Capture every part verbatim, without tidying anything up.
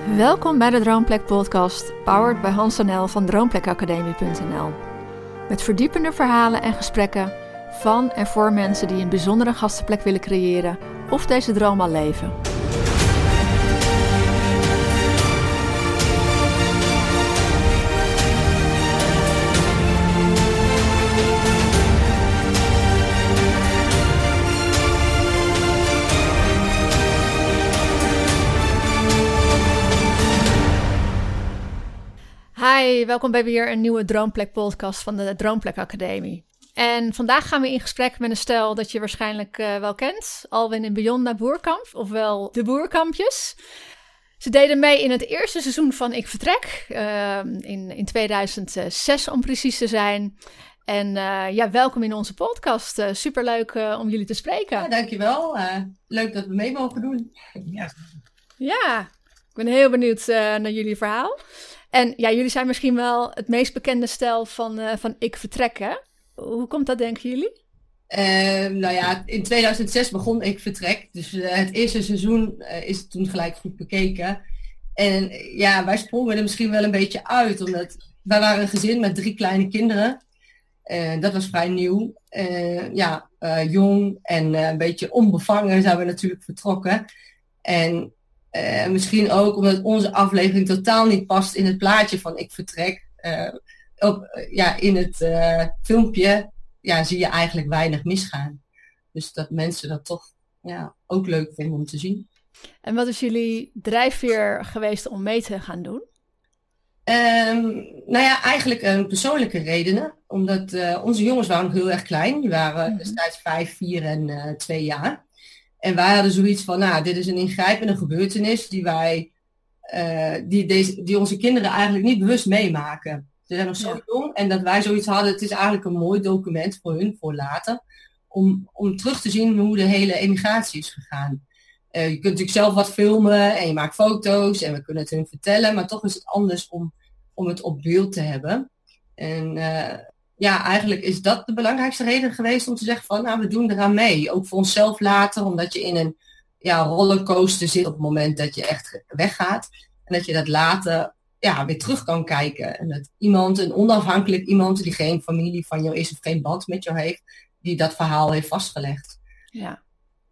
Welkom bij de Droomplek podcast, powered by Hans en El van droomplekacademie punt n l. Met verdiepende verhalen en gesprekken van en voor mensen die een bijzondere gastenplek willen creëren of deze droom al leven. Hi, welkom bij weer een nieuwe Droomplek podcast van de Droomplek Academie. En vandaag gaan we in gesprek met een stel dat je waarschijnlijk uh, wel kent. Alwin en Beyonda Boerkamp, ofwel de Boerkampjes. Ze deden mee in het eerste seizoen van Ik Vertrek, uh, in, in tweeduizend zes om precies te zijn. En uh, ja, welkom in onze podcast. Uh, superleuk uh, om jullie te spreken. Ja, dankjewel. Uh, leuk dat we mee mogen doen. Ja, ja ik ben heel benieuwd uh, naar jullie verhaal. En ja, jullie zijn misschien wel het meest bekende stel van, uh, van Ik Vertrek, hè? Hoe komt dat, denken jullie? Uh, nou ja, in tweeduizend zes begon Ik Vertrek. Dus uh, het eerste seizoen uh, is toen gelijk goed bekeken. En uh, ja, wij sprongen er misschien wel een beetje uit. Omdat wij waren een gezin met drie kleine kinderen. Uh, dat was vrij nieuw. Uh, ja, uh, jong en uh, een beetje onbevangen zijn we natuurlijk vertrokken. En... Uh, misschien ook omdat onze aflevering totaal niet past in het plaatje van Ik Vertrek. Uh, op, uh, ja, in het uh, filmpje ja, zie je eigenlijk weinig misgaan. Dus dat mensen dat toch ja, ook leuk vinden om te zien. En wat is jullie drijfveer geweest om mee te gaan doen? Um, nou ja, eigenlijk uh, persoonlijke redenen. Omdat uh, onze jongens waren nog heel erg klein. Die waren mm-hmm. destijds vijf, vier en uh, twee jaar. En wij hadden zoiets van, nou, dit is een ingrijpende gebeurtenis die wij, uh, die, deze, die onze kinderen eigenlijk niet bewust meemaken. Ze zijn nog zo ja. jong en dat wij zoiets hadden, het is eigenlijk een mooi document voor hun, voor later, om, om terug te zien hoe de hele emigratie is gegaan. Uh, je kunt natuurlijk zelf wat filmen en je maakt foto's en we kunnen het hun vertellen, maar toch is het anders om, om het op beeld te hebben. En... Uh, Ja, eigenlijk is dat de belangrijkste reden geweest om te zeggen van, nou, we doen eraan mee. Ook voor onszelf later, omdat je in een ja, rollercoaster zit op het moment dat je echt weggaat. En dat je dat later ja, weer terug kan kijken. En dat iemand, een onafhankelijk iemand die geen familie van jou is of geen band met jou heeft, die dat verhaal heeft vastgelegd. Ja.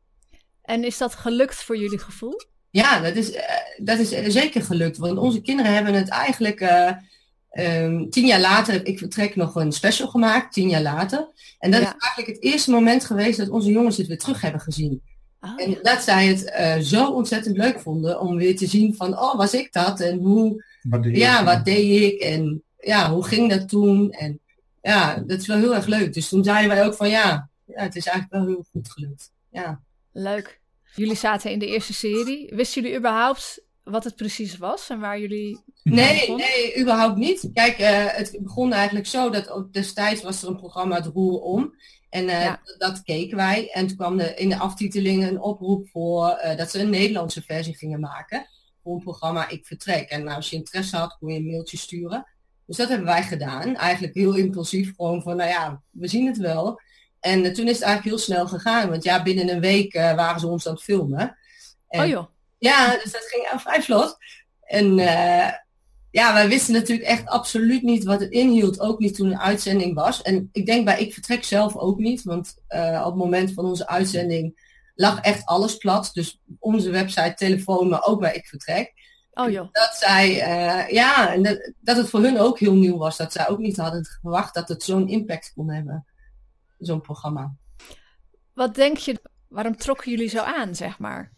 En is dat gelukt voor jullie gevoel? Ja, dat is, uh, dat is zeker gelukt. Want onze kinderen hebben het eigenlijk... Uh, Um, tien jaar later heb Ik Vertrek nog een special gemaakt, tien jaar later. En dat ja. is eigenlijk het eerste moment geweest dat onze jongens het weer terug hebben gezien. Oh, en ja. dat zij het uh, zo ontzettend leuk vonden om weer te zien van, oh, was ik dat? En hoe, wat deed, ja, wat deed ik? En ja, hoe ging dat toen? En ja, dat is wel heel erg leuk. Dus toen zeiden wij ook van, ja, ja het is eigenlijk wel heel goed gelukt. Ja. Leuk. Jullie zaten in de eerste serie. Wisten jullie überhaupt wat het precies was en waar jullie... Nee, nee, überhaupt niet. Kijk, uh, het begon eigenlijk zo dat ook destijds was er een programma Het Roer Om. En uh, ja. dat, dat keken wij. En toen kwam er in de aftiteling een oproep voor uh, dat ze een Nederlandse versie gingen maken. Voor een programma Ik Vertrek. En nou, als je interesse had, kon je een mailtje sturen. Dus dat hebben wij gedaan. Eigenlijk heel impulsief. Gewoon van, nou ja, we zien het wel. En uh, toen is het eigenlijk heel snel gegaan. Want ja, binnen een week uh, waren ze ons aan het filmen. En, oh joh. Ja, dus dat ging uh, vrij vlot. En... Uh, Ja, wij wisten natuurlijk echt absoluut niet wat het inhield, ook niet toen de uitzending was. En ik denk bij Ik Vertrek zelf ook niet, want uh, op het moment van onze uitzending lag echt alles plat. Dus onze website, telefoon, maar ook bij Ik Vertrek. Oh joh. Dat zij, uh, ja, en dat, dat het voor hun ook heel nieuw was. Dat zij ook niet hadden verwacht dat het zo'n impact kon hebben, zo'n programma. Wat denk je, waarom trokken jullie zo aan, zeg maar?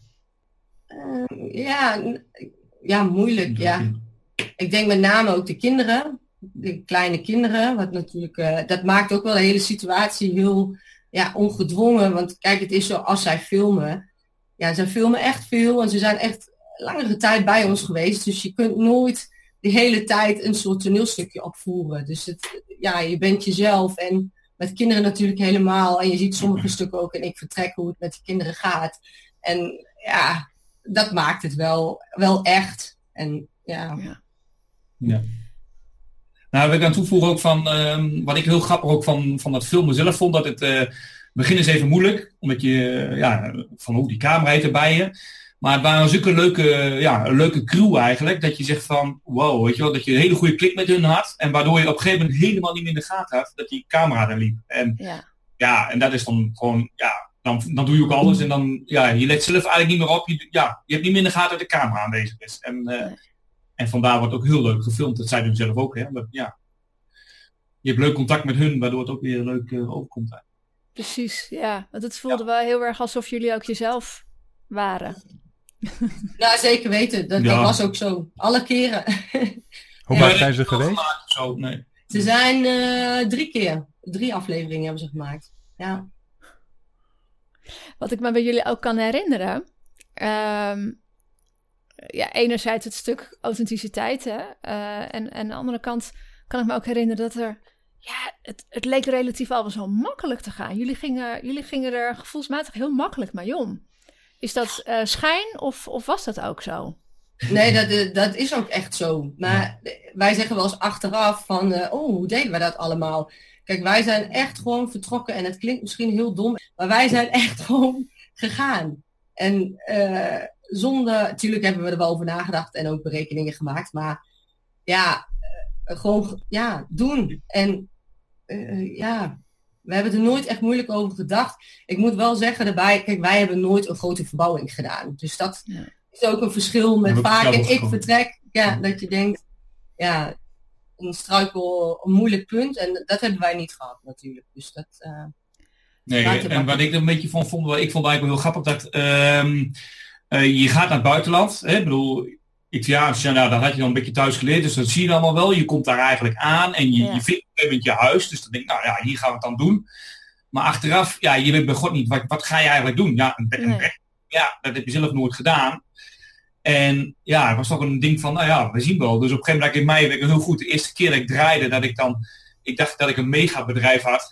Uh, ja, ja, moeilijk, ja. Ik denk met name ook de kinderen, de kleine kinderen, wat natuurlijk, uh, dat maakt ook wel de hele situatie heel ja, ongedwongen. Want kijk, het is zo, als zij filmen, ja, zij filmen echt veel en ze zijn echt langere tijd bij ons geweest. Dus je kunt nooit de hele tijd een soort toneelstukje opvoeren. Dus het, ja, je bent jezelf en met kinderen natuurlijk helemaal. En je ziet sommige stukken ook in Ik Vertrek hoe het met de kinderen gaat. En ja, dat maakt het wel, wel echt. En ja... ja. Ja. Nou, wil ik aan toevoegen ook van, uh, wat ik heel grappig ook van, van dat filmen zelf vond, dat het uh, begin is even moeilijk, omdat je, uh, ja, van hoe die camera heet er bij je. Maar het waren zulke leuke, ja, een leuke crew eigenlijk. Dat je zegt van, wow, weet je wel, dat je een hele goede klik met hun had. En waardoor je op een gegeven moment helemaal niet meer in de gaten had dat die camera er liep. En ja, ja en dat is dan gewoon, ja, dan, dan doe je ook alles. En dan, ja, je let zelf eigenlijk niet meer op. Je, ja, je hebt niet meer in de gaten dat de camera aanwezig is. En, uh, nee. en vandaar wordt ook heel leuk gefilmd. Dat zij doen zelf ook, hè. Maar, ja, je hebt leuk contact met hun, waardoor het ook weer leuk uh, overkomt. Hè. Precies, ja. Want het voelde ja. wel heel erg alsof jullie ook jezelf waren. Nou, zeker weten. Dat, ja. dat was ook zo. Alle keren. Hoe vaak zijn ze geweest? Zo, nee. Ze zijn uh, drie keer. Drie afleveringen hebben ze gemaakt. Ja. Wat ik me bij jullie ook kan herinneren. Um, ja, enerzijds het stuk authenticiteit. Hè? Uh, en, en aan de andere kant kan ik me ook herinneren dat er... Ja, het, het leek relatief al wel zo makkelijk te gaan. Jullie gingen, jullie gingen er gevoelsmatig heel makkelijk mee om. Is dat uh, schijn of, of was dat ook zo? Nee, dat, dat is ook echt zo. Maar wij zeggen wel eens achteraf van... Uh, oh, hoe deden we dat allemaal? Kijk, wij zijn echt gewoon vertrokken. En het klinkt misschien heel dom. Maar wij zijn echt gewoon gegaan. En uh, zonder... Natuurlijk hebben we er wel over nagedacht. En ook berekeningen gemaakt. Maar ja, uh, gewoon ja, doen. En uh, ja... We hebben er nooit echt moeilijk over gedacht. Ik moet wel zeggen daarbij, kijk, wij hebben nooit een grote verbouwing gedaan. Dus dat ja. is ook een verschil met vaak en ik vertrek. Ja, ja, dat je denkt, ja, een struikel, een moeilijk punt. En dat hebben wij niet gehad natuurlijk. Dus dat... Uh, nee, en wat ik er een beetje van vond, ik vond eigenlijk wel heel grappig dat uh, uh, je gaat naar het buitenland. Hè? Ik bedoel, Italiaans, ja, nou, dat had je dan een beetje thuis geleerd, dus dat zie je allemaal wel. Je komt daar eigenlijk aan en je, ja. je vindt op een gegeven moment je huis. Dus dan denk ik, nou ja, hier gaan we het dan doen. Maar achteraf, ja, je weet bij God niet, wat, wat ga je eigenlijk doen? Ja, een bed en bed. Ja, dat heb je zelf nooit gedaan. En ja, het was toch een ding van, nou ja, we zien wel. Dus op een gegeven moment, in mei, weet ik heel goed, de eerste keer dat ik draaide, dat ik dan, ik dacht dat ik een megabedrijf had.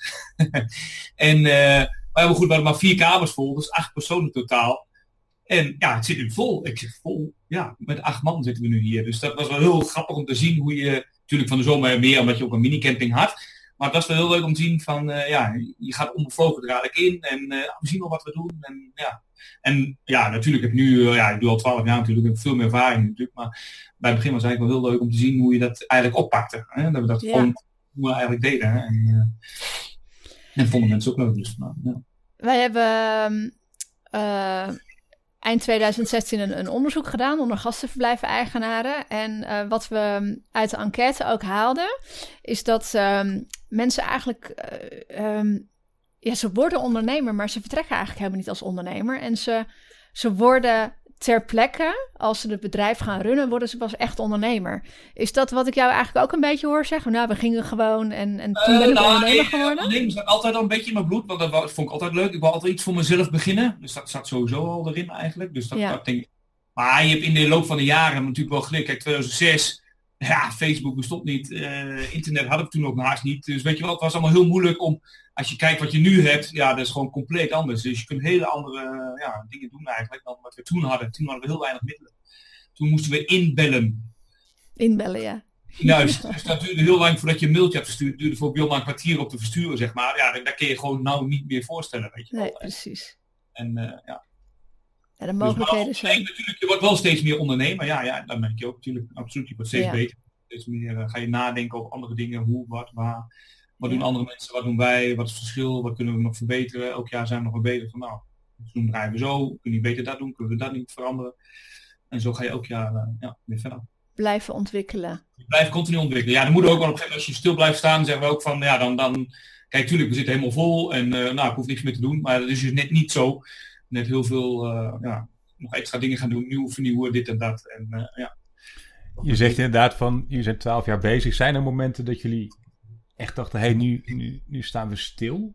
en, uh, maar goed, we hadden maar vier kamers vol, dus acht personen totaal. En ja, het zit nu vol. Ik zeg vol. Ja, met acht man zitten we nu hier. Dus dat was wel heel grappig om te zien hoe je... Natuurlijk van de zomer meer, omdat je ook een minicamping had. Maar het was wel heel leuk om te zien van... Uh, ja, je gaat onbevlogen er eigenlijk in. En uh, we zien wel wat we doen. En ja, en, ja natuurlijk heb ik nu... Uh, ja, ik doe al twaalf jaar natuurlijk. Ik heb veel meer ervaring natuurlijk. Maar bij het begin was het eigenlijk wel heel leuk om te zien hoe je dat eigenlijk oppakte. Hè? Dat we dat ja. gewoon hoe we eigenlijk deden. Hè? En, uh, en vonden mensen ook leuk. Dus, nou, ja. Wij hebben... Uh... eind tweeduizend zestien een, een onderzoek gedaan onder gastenverblijven-eigenaren. En uh, wat we uit de enquête ook haalden, is dat um, mensen eigenlijk... Uh, um, ja, ze worden ondernemer, maar ze vertrekken eigenlijk helemaal niet als ondernemer. En ze, ze worden ter plekke, als ze het bedrijf gaan runnen, worden ze pas echt ondernemer. Is dat wat ik jou eigenlijk ook een beetje hoor zeggen? Nou, we gingen gewoon en, en toen uh, ben ik nou, ondernemer geworden? Ondernemen zat altijd al een beetje in mijn bloed, want dat vond ik altijd leuk. Ik wou altijd iets voor mezelf beginnen. Dus dat zat sowieso al erin eigenlijk. Dus dat, ja. dat denk ik. Maar je hebt in de loop van de jaren natuurlijk wel geleerd. Kijk, tweeduizend zes, ja, Facebook bestond niet. Uh, internet had ik toen ook haast niet. Dus weet je wel, het was allemaal heel moeilijk om... Als je kijkt wat je nu hebt, ja, dat is gewoon compleet anders. Dus je kunt hele andere uh, ja, dingen doen eigenlijk dan wat we toen hadden. Toen hadden we heel weinig middelen. Toen moesten we inbellen. Inbellen, ja. Juist. Dus dat duurde heel lang voordat je een mailtje had verstuurd. Het duurde voor Bjorn maar een kwartier op te versturen, zeg maar. Ja, dat, dat kun je gewoon nou niet meer voorstellen, weet je wel. Nee, precies. En uh, ja. Ja, de mogelijkheden dus, zijn... Natuurlijk, je wordt wel steeds meer ondernemer. Ja, ja, dat merk je ook natuurlijk. Absoluut, je wordt steeds ja. beter. Steeds meer uh, ga je nadenken over andere dingen. Hoe, wat, waar... Wat doen ja. andere mensen, wat doen wij, wat is het verschil, wat kunnen we nog verbeteren? Elk jaar zijn we nog weer beter van, nou, toen draaien we zo, kunnen we beter dat doen, kunnen we dat niet veranderen? En zo ga je elk jaar uh, ja, weer verder. Blijven ontwikkelen. Blijf continu ontwikkelen. Ja, dan moet ook wel op een gegeven moment, als je stil blijft staan, zeggen we ook van, ja, dan, dan kijk, tuurlijk, we zitten helemaal vol en uh, nou, ik hoef niks meer te doen, maar dat is dus net niet zo. Net heel veel, uh, ja, nog extra dingen gaan doen, nieuw vernieuwen, dit en dat. En, uh, ja. Je zegt inderdaad van, jullie zijn twaalf jaar bezig. Zijn er momenten dat jullie echt dachten, hé, hey, nu, nu, nu staan we stil?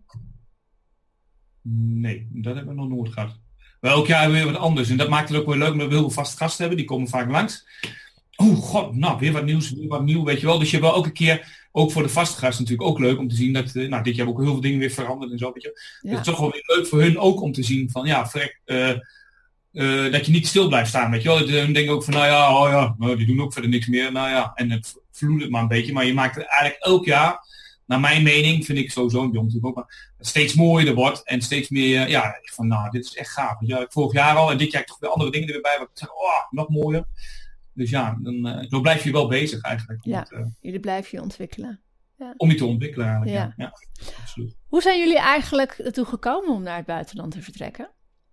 Nee, dat hebben we nog nooit gehad. Wel elk jaar weer wat anders. En dat maakt het ook weer leuk, omdat we heel veel vaste gasten hebben. Die komen vaak langs. Oh god, nou, weer wat nieuws, weer wat nieuw, weet je wel. Dus je hebt wel elke keer, ook voor de vaste gasten natuurlijk ook leuk om te zien dat, nou, dit jaar ook heel veel dingen weer veranderd en zo, weet je. Ja. Dus het is toch wel weer leuk voor hun ook om te zien van, ja, vrek, uh, uh, dat je niet stil blijft staan, weet je wel. Dan denk ik ook van, nou ja, oh ja, nou, die doen ook verder niks meer, nou ja. En het vloeit het maar een beetje, maar je maakt het eigenlijk elk jaar, naar mijn mening, vind ik sowieso een jong natuurlijk ook, maar steeds mooier wordt en steeds meer, ja, van nou, dit is echt gaaf. Ja, vorig jaar al en dit jaar toch weer andere dingen er weer bij, waar ik zeg, oh, nog mooier. Dus ja, dan, uh, zo blijf je wel bezig eigenlijk. Ja, met, uh, jullie blijven je ontwikkelen. Ja. Om je te ontwikkelen eigenlijk, ja. ja. ja absoluut. Hoe zijn jullie eigenlijk ertoe gekomen om naar het buitenland te vertrekken?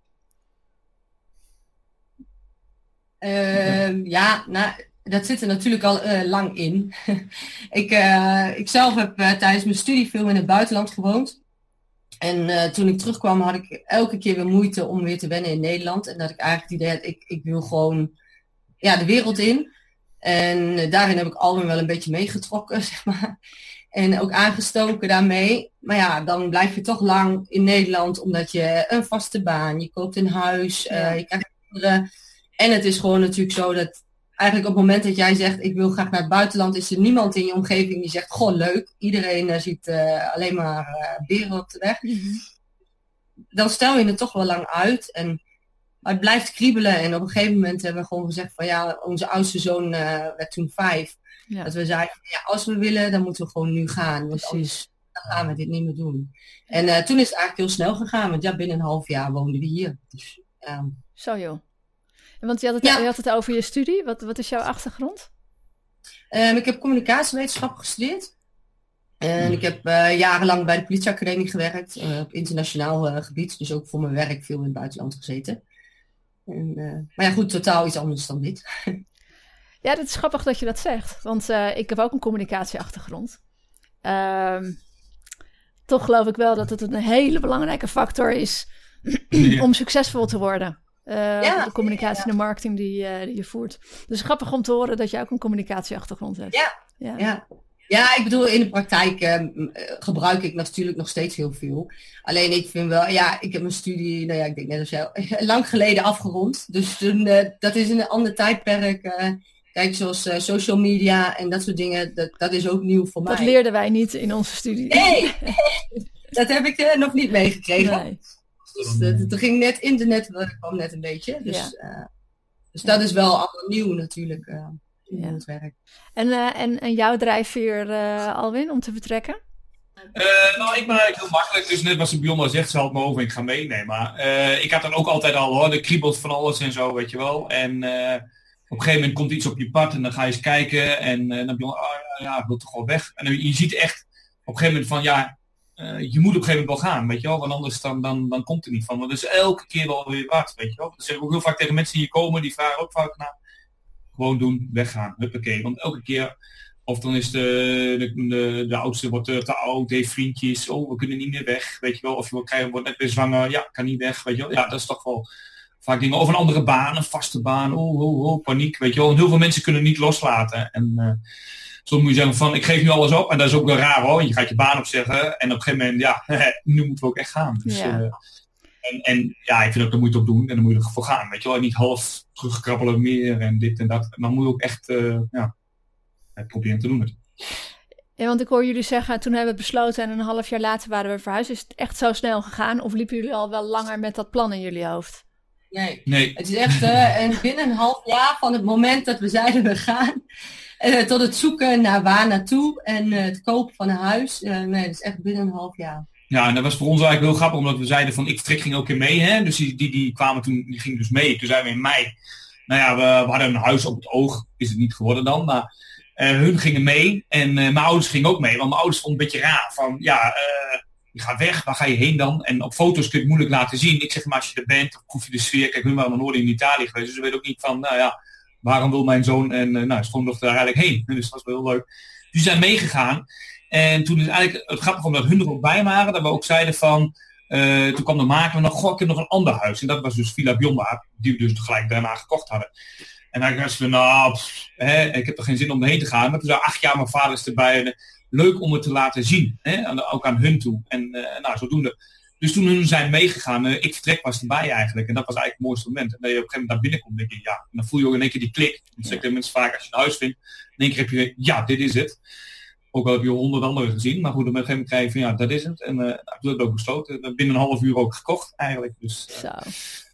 Uh, ja, nou, dat zit er natuurlijk al uh, lang in. ik, uh, ik zelf heb uh, tijdens mijn studie veel in het buitenland gewoond. En uh, toen ik terugkwam had ik elke keer weer moeite om weer te wennen in Nederland. En dat ik eigenlijk het idee had, ik, ik wil gewoon ja, de wereld in. En uh, daarin heb ik Alwin wel een beetje meegetrokken, zeg maar. En ook aangestoken daarmee. Maar ja, dan blijf je toch lang in Nederland, omdat je een vaste baan, je koopt een huis, uh, je krijgt kinderen. En het is gewoon natuurlijk zo dat eigenlijk op het moment dat jij zegt, ik wil graag naar het buitenland, is er niemand in je omgeving die zegt, goh, leuk. Iedereen uh, ziet uh, alleen maar uh, beren op de weg. Mm-hmm. Dan stel je het toch wel lang uit. En, maar het blijft kriebelen. En op een gegeven moment hebben we gewoon gezegd van ja, onze oudste zoon uh, werd toen vijf. Ja. Dat we zeiden, ja, als we willen, dan moeten we gewoon nu gaan. Want Precies. anders dan gaan we dit niet meer doen. En uh, toen is het eigenlijk heel snel gegaan. Want ja, binnen een half jaar woonden we hier. Dus, um... Zo joh. Want je had het, ja. je had het over je studie. Wat, wat is jouw achtergrond? Um, ik heb communicatiewetenschap gestudeerd. En ik heb uh, jarenlang bij de politieacademie gewerkt. Uh, op internationaal uh, gebied. Dus ook voor mijn werk veel in het buitenland gezeten. En, uh, maar ja goed, totaal iets anders dan dit. Ja, het is grappig dat je dat zegt. Want uh, ik heb ook een communicatieachtergrond. Uh, toch geloof ik wel dat het een hele belangrijke factor is ja. om succesvol te worden. Uh, ja, de communicatie en ja. de marketing die, uh, die je voert. Dus grappig om te horen dat jij ook een communicatieachtergrond hebt. Ja, ja. ja. ja ik bedoel, in de praktijk uh, gebruik ik natuurlijk nog steeds heel veel. Alleen ik vind wel, ja, ik heb mijn studie, nou ja, ik denk net als jij, lang geleden afgerond. Dus toen, uh, dat is in een ander tijdperk. Uh, Kijk, zoals uh, social media en dat soort dingen, dat, dat is ook nieuw voor mij. Dat leerden wij niet in onze studie. Nee, dat heb ik uh, nog niet meegekregen. Nee. Dus uh, er ging net internet, dat kwam net een beetje. Dus, ja. uh, dus dat is wel allemaal nieuw natuurlijk uh, in ja. het werk. En, uh, en, en jouw drijfveer, uh, Alwin, om te vertrekken? Uh, nou, ik ben eigenlijk heel makkelijk. Dus net wat ze Bjonna zegt, ze had me over, ik ga mee. Nee, maar uh, ik had dan ook altijd al hoor, de kriebelt van alles en zo, weet je wel. En... Uh, op een gegeven moment komt iets op je pad en dan ga je eens kijken en uh, dan heb je, oh, ja, ik wil toch wel weg. En je ziet echt op een gegeven moment van, ja, uh, je moet op een gegeven moment wel gaan, weet je wel. Want anders dan, dan, dan komt het niet van. Want het is elke keer wel weer wat, weet je wel. Dat zeg ik ook heel vaak tegen mensen die hier komen, die vragen ook vaak naar. Gewoon doen, weggaan, huppakee. Want elke keer, of dan is de, de, de, de oudste wordt te, te oud, heeft vriendjes, oh, we kunnen niet meer weg, weet je wel. Of je wordt, krijgen, wordt net weer zwanger, ja, kan niet weg, weet je wel. Ja, dat is toch wel... Vaak dingen over een andere baan, een vaste baan, oh, oh, oh, paniek, weet je wel. En heel veel mensen kunnen niet loslaten. En uh, soms moet je zeggen van, ik geef nu alles op. En dat is ook wel raar hoor, je gaat je baan opzeggen. En op een gegeven moment, ja, nu moeten we ook echt gaan. Dus, ja. Uh, en, en ja, ik vind ook, daar moet je het op doen. En dan moet je ervoor gaan, weet je wel. En niet half terugkrabbelen meer en dit en dat. En dan moet je ook echt, uh, ja, proberen te doen het. Ja, want ik hoor jullie zeggen, toen hebben we het besloten en een half jaar later waren we verhuisd. Is het echt zo snel gegaan? Of liepen jullie al wel langer met dat plan in jullie hoofd? Nee. nee, het is echt uh, en binnen een half jaar van het moment dat we zeiden we gaan, uh, tot het zoeken naar waar naartoe en uh, het kopen van een huis. Uh, nee, dat is echt binnen een half jaar. Ja, en dat was voor ons eigenlijk heel grappig, omdat we zeiden van ik vertrek ging ook in mee, hè. Dus die, die, die kwamen toen, die gingen dus mee. Toen zijn we in mei. Nou ja, we, we hadden een huis op het oog, is het niet geworden dan, maar uh, hun gingen mee en uh, mijn ouders gingen ook mee, want mijn ouders vonden het een beetje raar van ja. Uh, Je gaat weg, waar ga je heen dan? En op foto's kun je het moeilijk laten zien. Ik zeg maar, als je er bent, dan proef je de sfeer. Kijk, hun waren nog nooit in Italië geweest. Dus ze weten ook niet van, nou ja, waarom wil mijn zoon en uh, nou, schoondochter daar eigenlijk heen? Dus dat was wel heel leuk. Dus die zijn meegegaan. En toen is eigenlijk het grappige omdat hun er ook bij waren. Dat we ook zeiden van, uh, toen kwam de makelaar nog, goh, ik heb nog een ander huis. En dat was dus Villa Bjonna, die we dus gelijk daarna gekocht hadden. En dan was we, nou, pff, hè, ik heb er geen zin om erheen te gaan. Maar toen zei acht jaar mijn vader is erbij. En, leuk om het te laten zien, hè? Ook aan hun toe. En uh, nou, zodoende. Dus toen hun zijn meegegaan, uh, ik vertrek was erbij eigenlijk. En dat was eigenlijk het mooiste moment. En dat je op een gegeven moment daar binnenkomt, denk je, ja. En dan voel je ook in één keer die klik. Dat zeg ik tegen mensen vaak, als je een huis vindt, in één keer heb je, ja, dit is het. Ook al heb je honderd anderen gezien. Maar goed, op een gegeven moment krijg je van, ja, dat is het. En uh, nou, toen heb ik ook besloten. Binnen een half uur ook gekocht, eigenlijk. Dus, uh, Zo.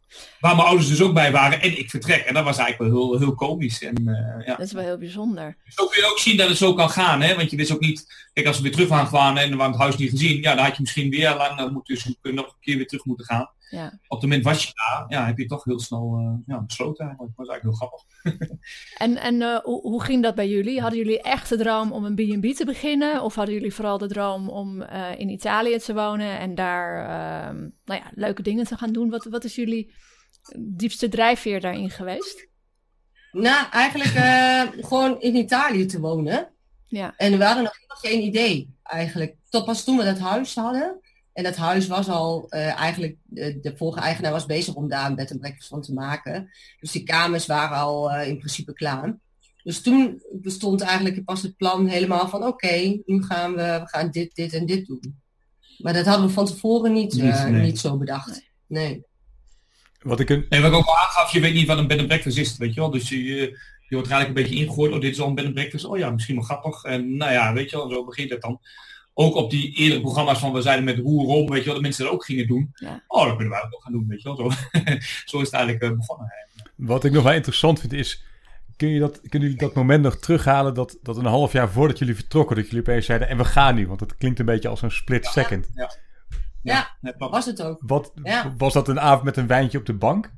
Waar mijn ouders dus ook bij waren en ik vertrek. En dat was eigenlijk wel heel, heel komisch. En, uh, ja. Dat is wel heel bijzonder. Zo kun je ook zien dat het zo kan gaan. Hè? Want je wist ook niet... Kijk, als we weer terug waren gegaan en we hadden het huis niet gezien. Ja, dan had je misschien weer lang moeten, dus nog een keer weer terug moeten gaan. Ja. Op het moment was je daar. Ja, heb je toch heel snel uh, ja, besloten eigenlijk. Dat was eigenlijk heel grappig. en en uh, hoe, hoe ging dat bij jullie? Hadden jullie echt de droom om een B en B te beginnen? Of hadden jullie vooral de droom om uh, in Italië te wonen en daar uh, nou ja, leuke dingen te gaan doen? Wat, wat is jullie diepste drijfveer daarin geweest? Nou, eigenlijk uh, gewoon in Italië te wonen. Ja. En we hadden nog geen idee eigenlijk. Tot pas toen we dat huis hadden. En dat huis was al uh, eigenlijk, de, de vorige eigenaar was bezig om daar een bed en breakfast van te maken. Dus die kamers waren al uh, in principe klaar. Dus toen bestond eigenlijk pas het plan helemaal van oké, okay, nu gaan we, we gaan dit, dit en dit doen. Maar dat hadden we van tevoren niet, uh, niet, nee. niet zo bedacht. Nee. Wat ik een... Nee, wat ik ook al aangaf, je weet niet wat een bed and breakfast is, weet je wel. Dus je, je wordt eigenlijk een beetje ingegooid, oh dit is al een bed and breakfast, oh ja, misschien wel grappig. En nou ja, weet je wel, zo begint het dan. Ook op die eerdere programma's van we zeiden met roer om, weet je wel, de mensen dat ook gingen doen. Ja. Oh, dat kunnen wij ook nog gaan doen, weet je wel. Zo, zo is het eigenlijk uh, begonnen. Wat ik nog wel interessant vind is, kun je dat, kunnen jullie dat moment nog terughalen dat, dat een half jaar voordat jullie vertrokken, dat jullie opeens zeiden en we gaan nu, want dat klinkt een beetje als een split ja, second. Ja, ja, ja was het ook. Wat, ja. Was dat een avond met een wijntje op de bank?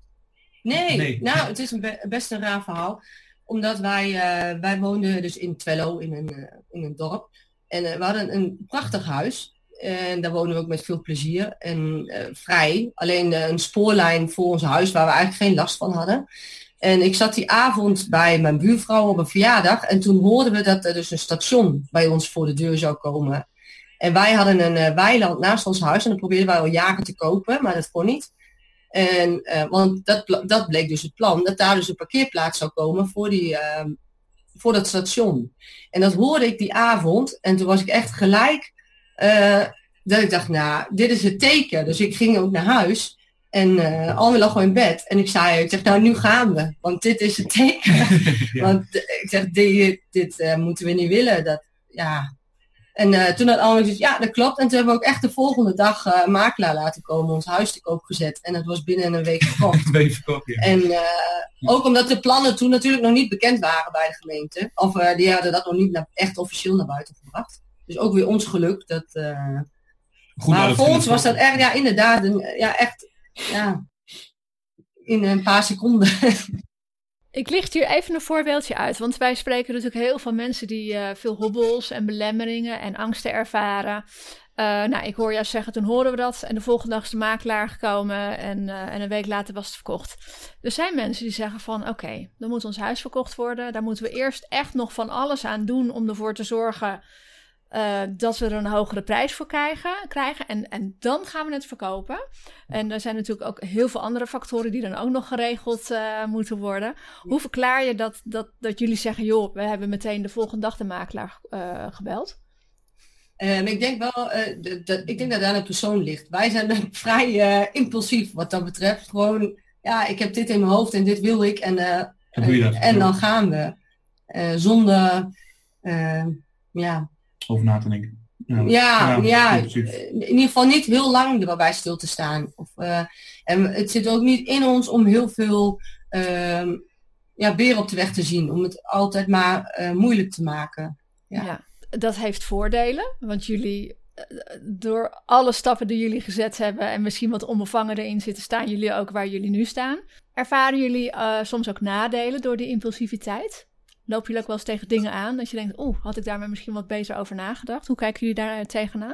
Nee, nee. Nou, het is een be- best een raar verhaal. Omdat wij, uh, wij woonden dus in Twello, in een, uh, in een dorp. En uh, we hadden een prachtig huis. En daar wonen we ook met veel plezier. En uh, vrij. Alleen uh, een spoorlijn voor ons huis waar we eigenlijk geen last van hadden. En ik zat die avond bij mijn buurvrouw op een verjaardag. En toen hoorden we dat er dus een station bij ons voor de deur zou komen. En wij hadden een uh, weiland naast ons huis. En dan probeerden wij al jaren te kopen. Maar dat kon niet. En, uh, want dat, dat bleek dus het plan. Dat daar dus een parkeerplaats zou komen voor die... Uh, voor dat station. En dat hoorde ik die avond. En toen was ik echt gelijk... Uh, dat ik dacht, nou, dit is het teken. Dus ik ging ook naar huis. En uh, Alme lag gewoon in bed. En ik zei, ik zeg, nou, nu gaan we. Want dit is het teken. Ja. Want uh, ik zeg, dit, dit uh, moeten we niet willen. Dat, ja. En uh, toen had Alme gezegd, ja, dat klopt. En toen hebben we ook echt de volgende dag uh, makelaar laten komen. Ons huis te koop gezet. En dat was binnen een week verkocht. Een week verkocht, ja. En uh, ook omdat de plannen toen natuurlijk nog niet bekend waren bij de gemeente. Of uh, die hadden dat nog niet naar, echt officieel naar buiten gebracht. Dus ook weer ons geluk. Dat, uh, Goed, maar voor ons was dat echt, ja, inderdaad, een, ja, echt, ja, in een paar seconden. Ik licht hier even een voorbeeldje uit, want wij spreken natuurlijk heel veel mensen die uh, veel hobbels en belemmeringen en angsten ervaren. Uh, nou, ik hoor jou zeggen, toen hoorden we dat en de volgende dag is de makelaar gekomen en, uh, en een week later was het verkocht. Er zijn mensen die zeggen van, oké, okay, dan moet ons huis verkocht worden. Daar moeten we eerst echt nog van alles aan doen om ervoor te zorgen uh, dat we er een hogere prijs voor krijgen. krijgen en, en dan gaan we het verkopen. En er zijn natuurlijk ook heel veel andere factoren die dan ook nog geregeld uh, moeten worden. Hoe verklaar je dat, dat, dat jullie zeggen, joh, we hebben meteen de volgende dag de makelaar uh, gebeld? Um, ik denk wel, uh, d- d- ik denk dat daar een persoon ligt. Wij zijn vrij uh, impulsief wat dat betreft. Gewoon, ja, ik heb dit in mijn hoofd en dit wil ik en, uh, en, en dan gaan we. Uh, zonder, uh, ja... Over na te denken. Ja, ja, ja in ieder geval niet heel lang erbij stil te staan. Of, uh, en het zit ook niet in ons om heel veel uh, ja, beren op de weg te zien. Om het altijd maar uh, moeilijk te maken. Ja. ja. Dat heeft voordelen, want jullie, door alle stappen die jullie gezet hebben en misschien wat onbevangen erin zitten, staan jullie ook waar jullie nu staan. Ervaren jullie uh, soms ook nadelen door die impulsiviteit? Lopen jullie ook wel eens tegen dingen aan dat je denkt, oeh, had ik daar maar misschien wat beter over nagedacht? Hoe kijken jullie daar tegenaan?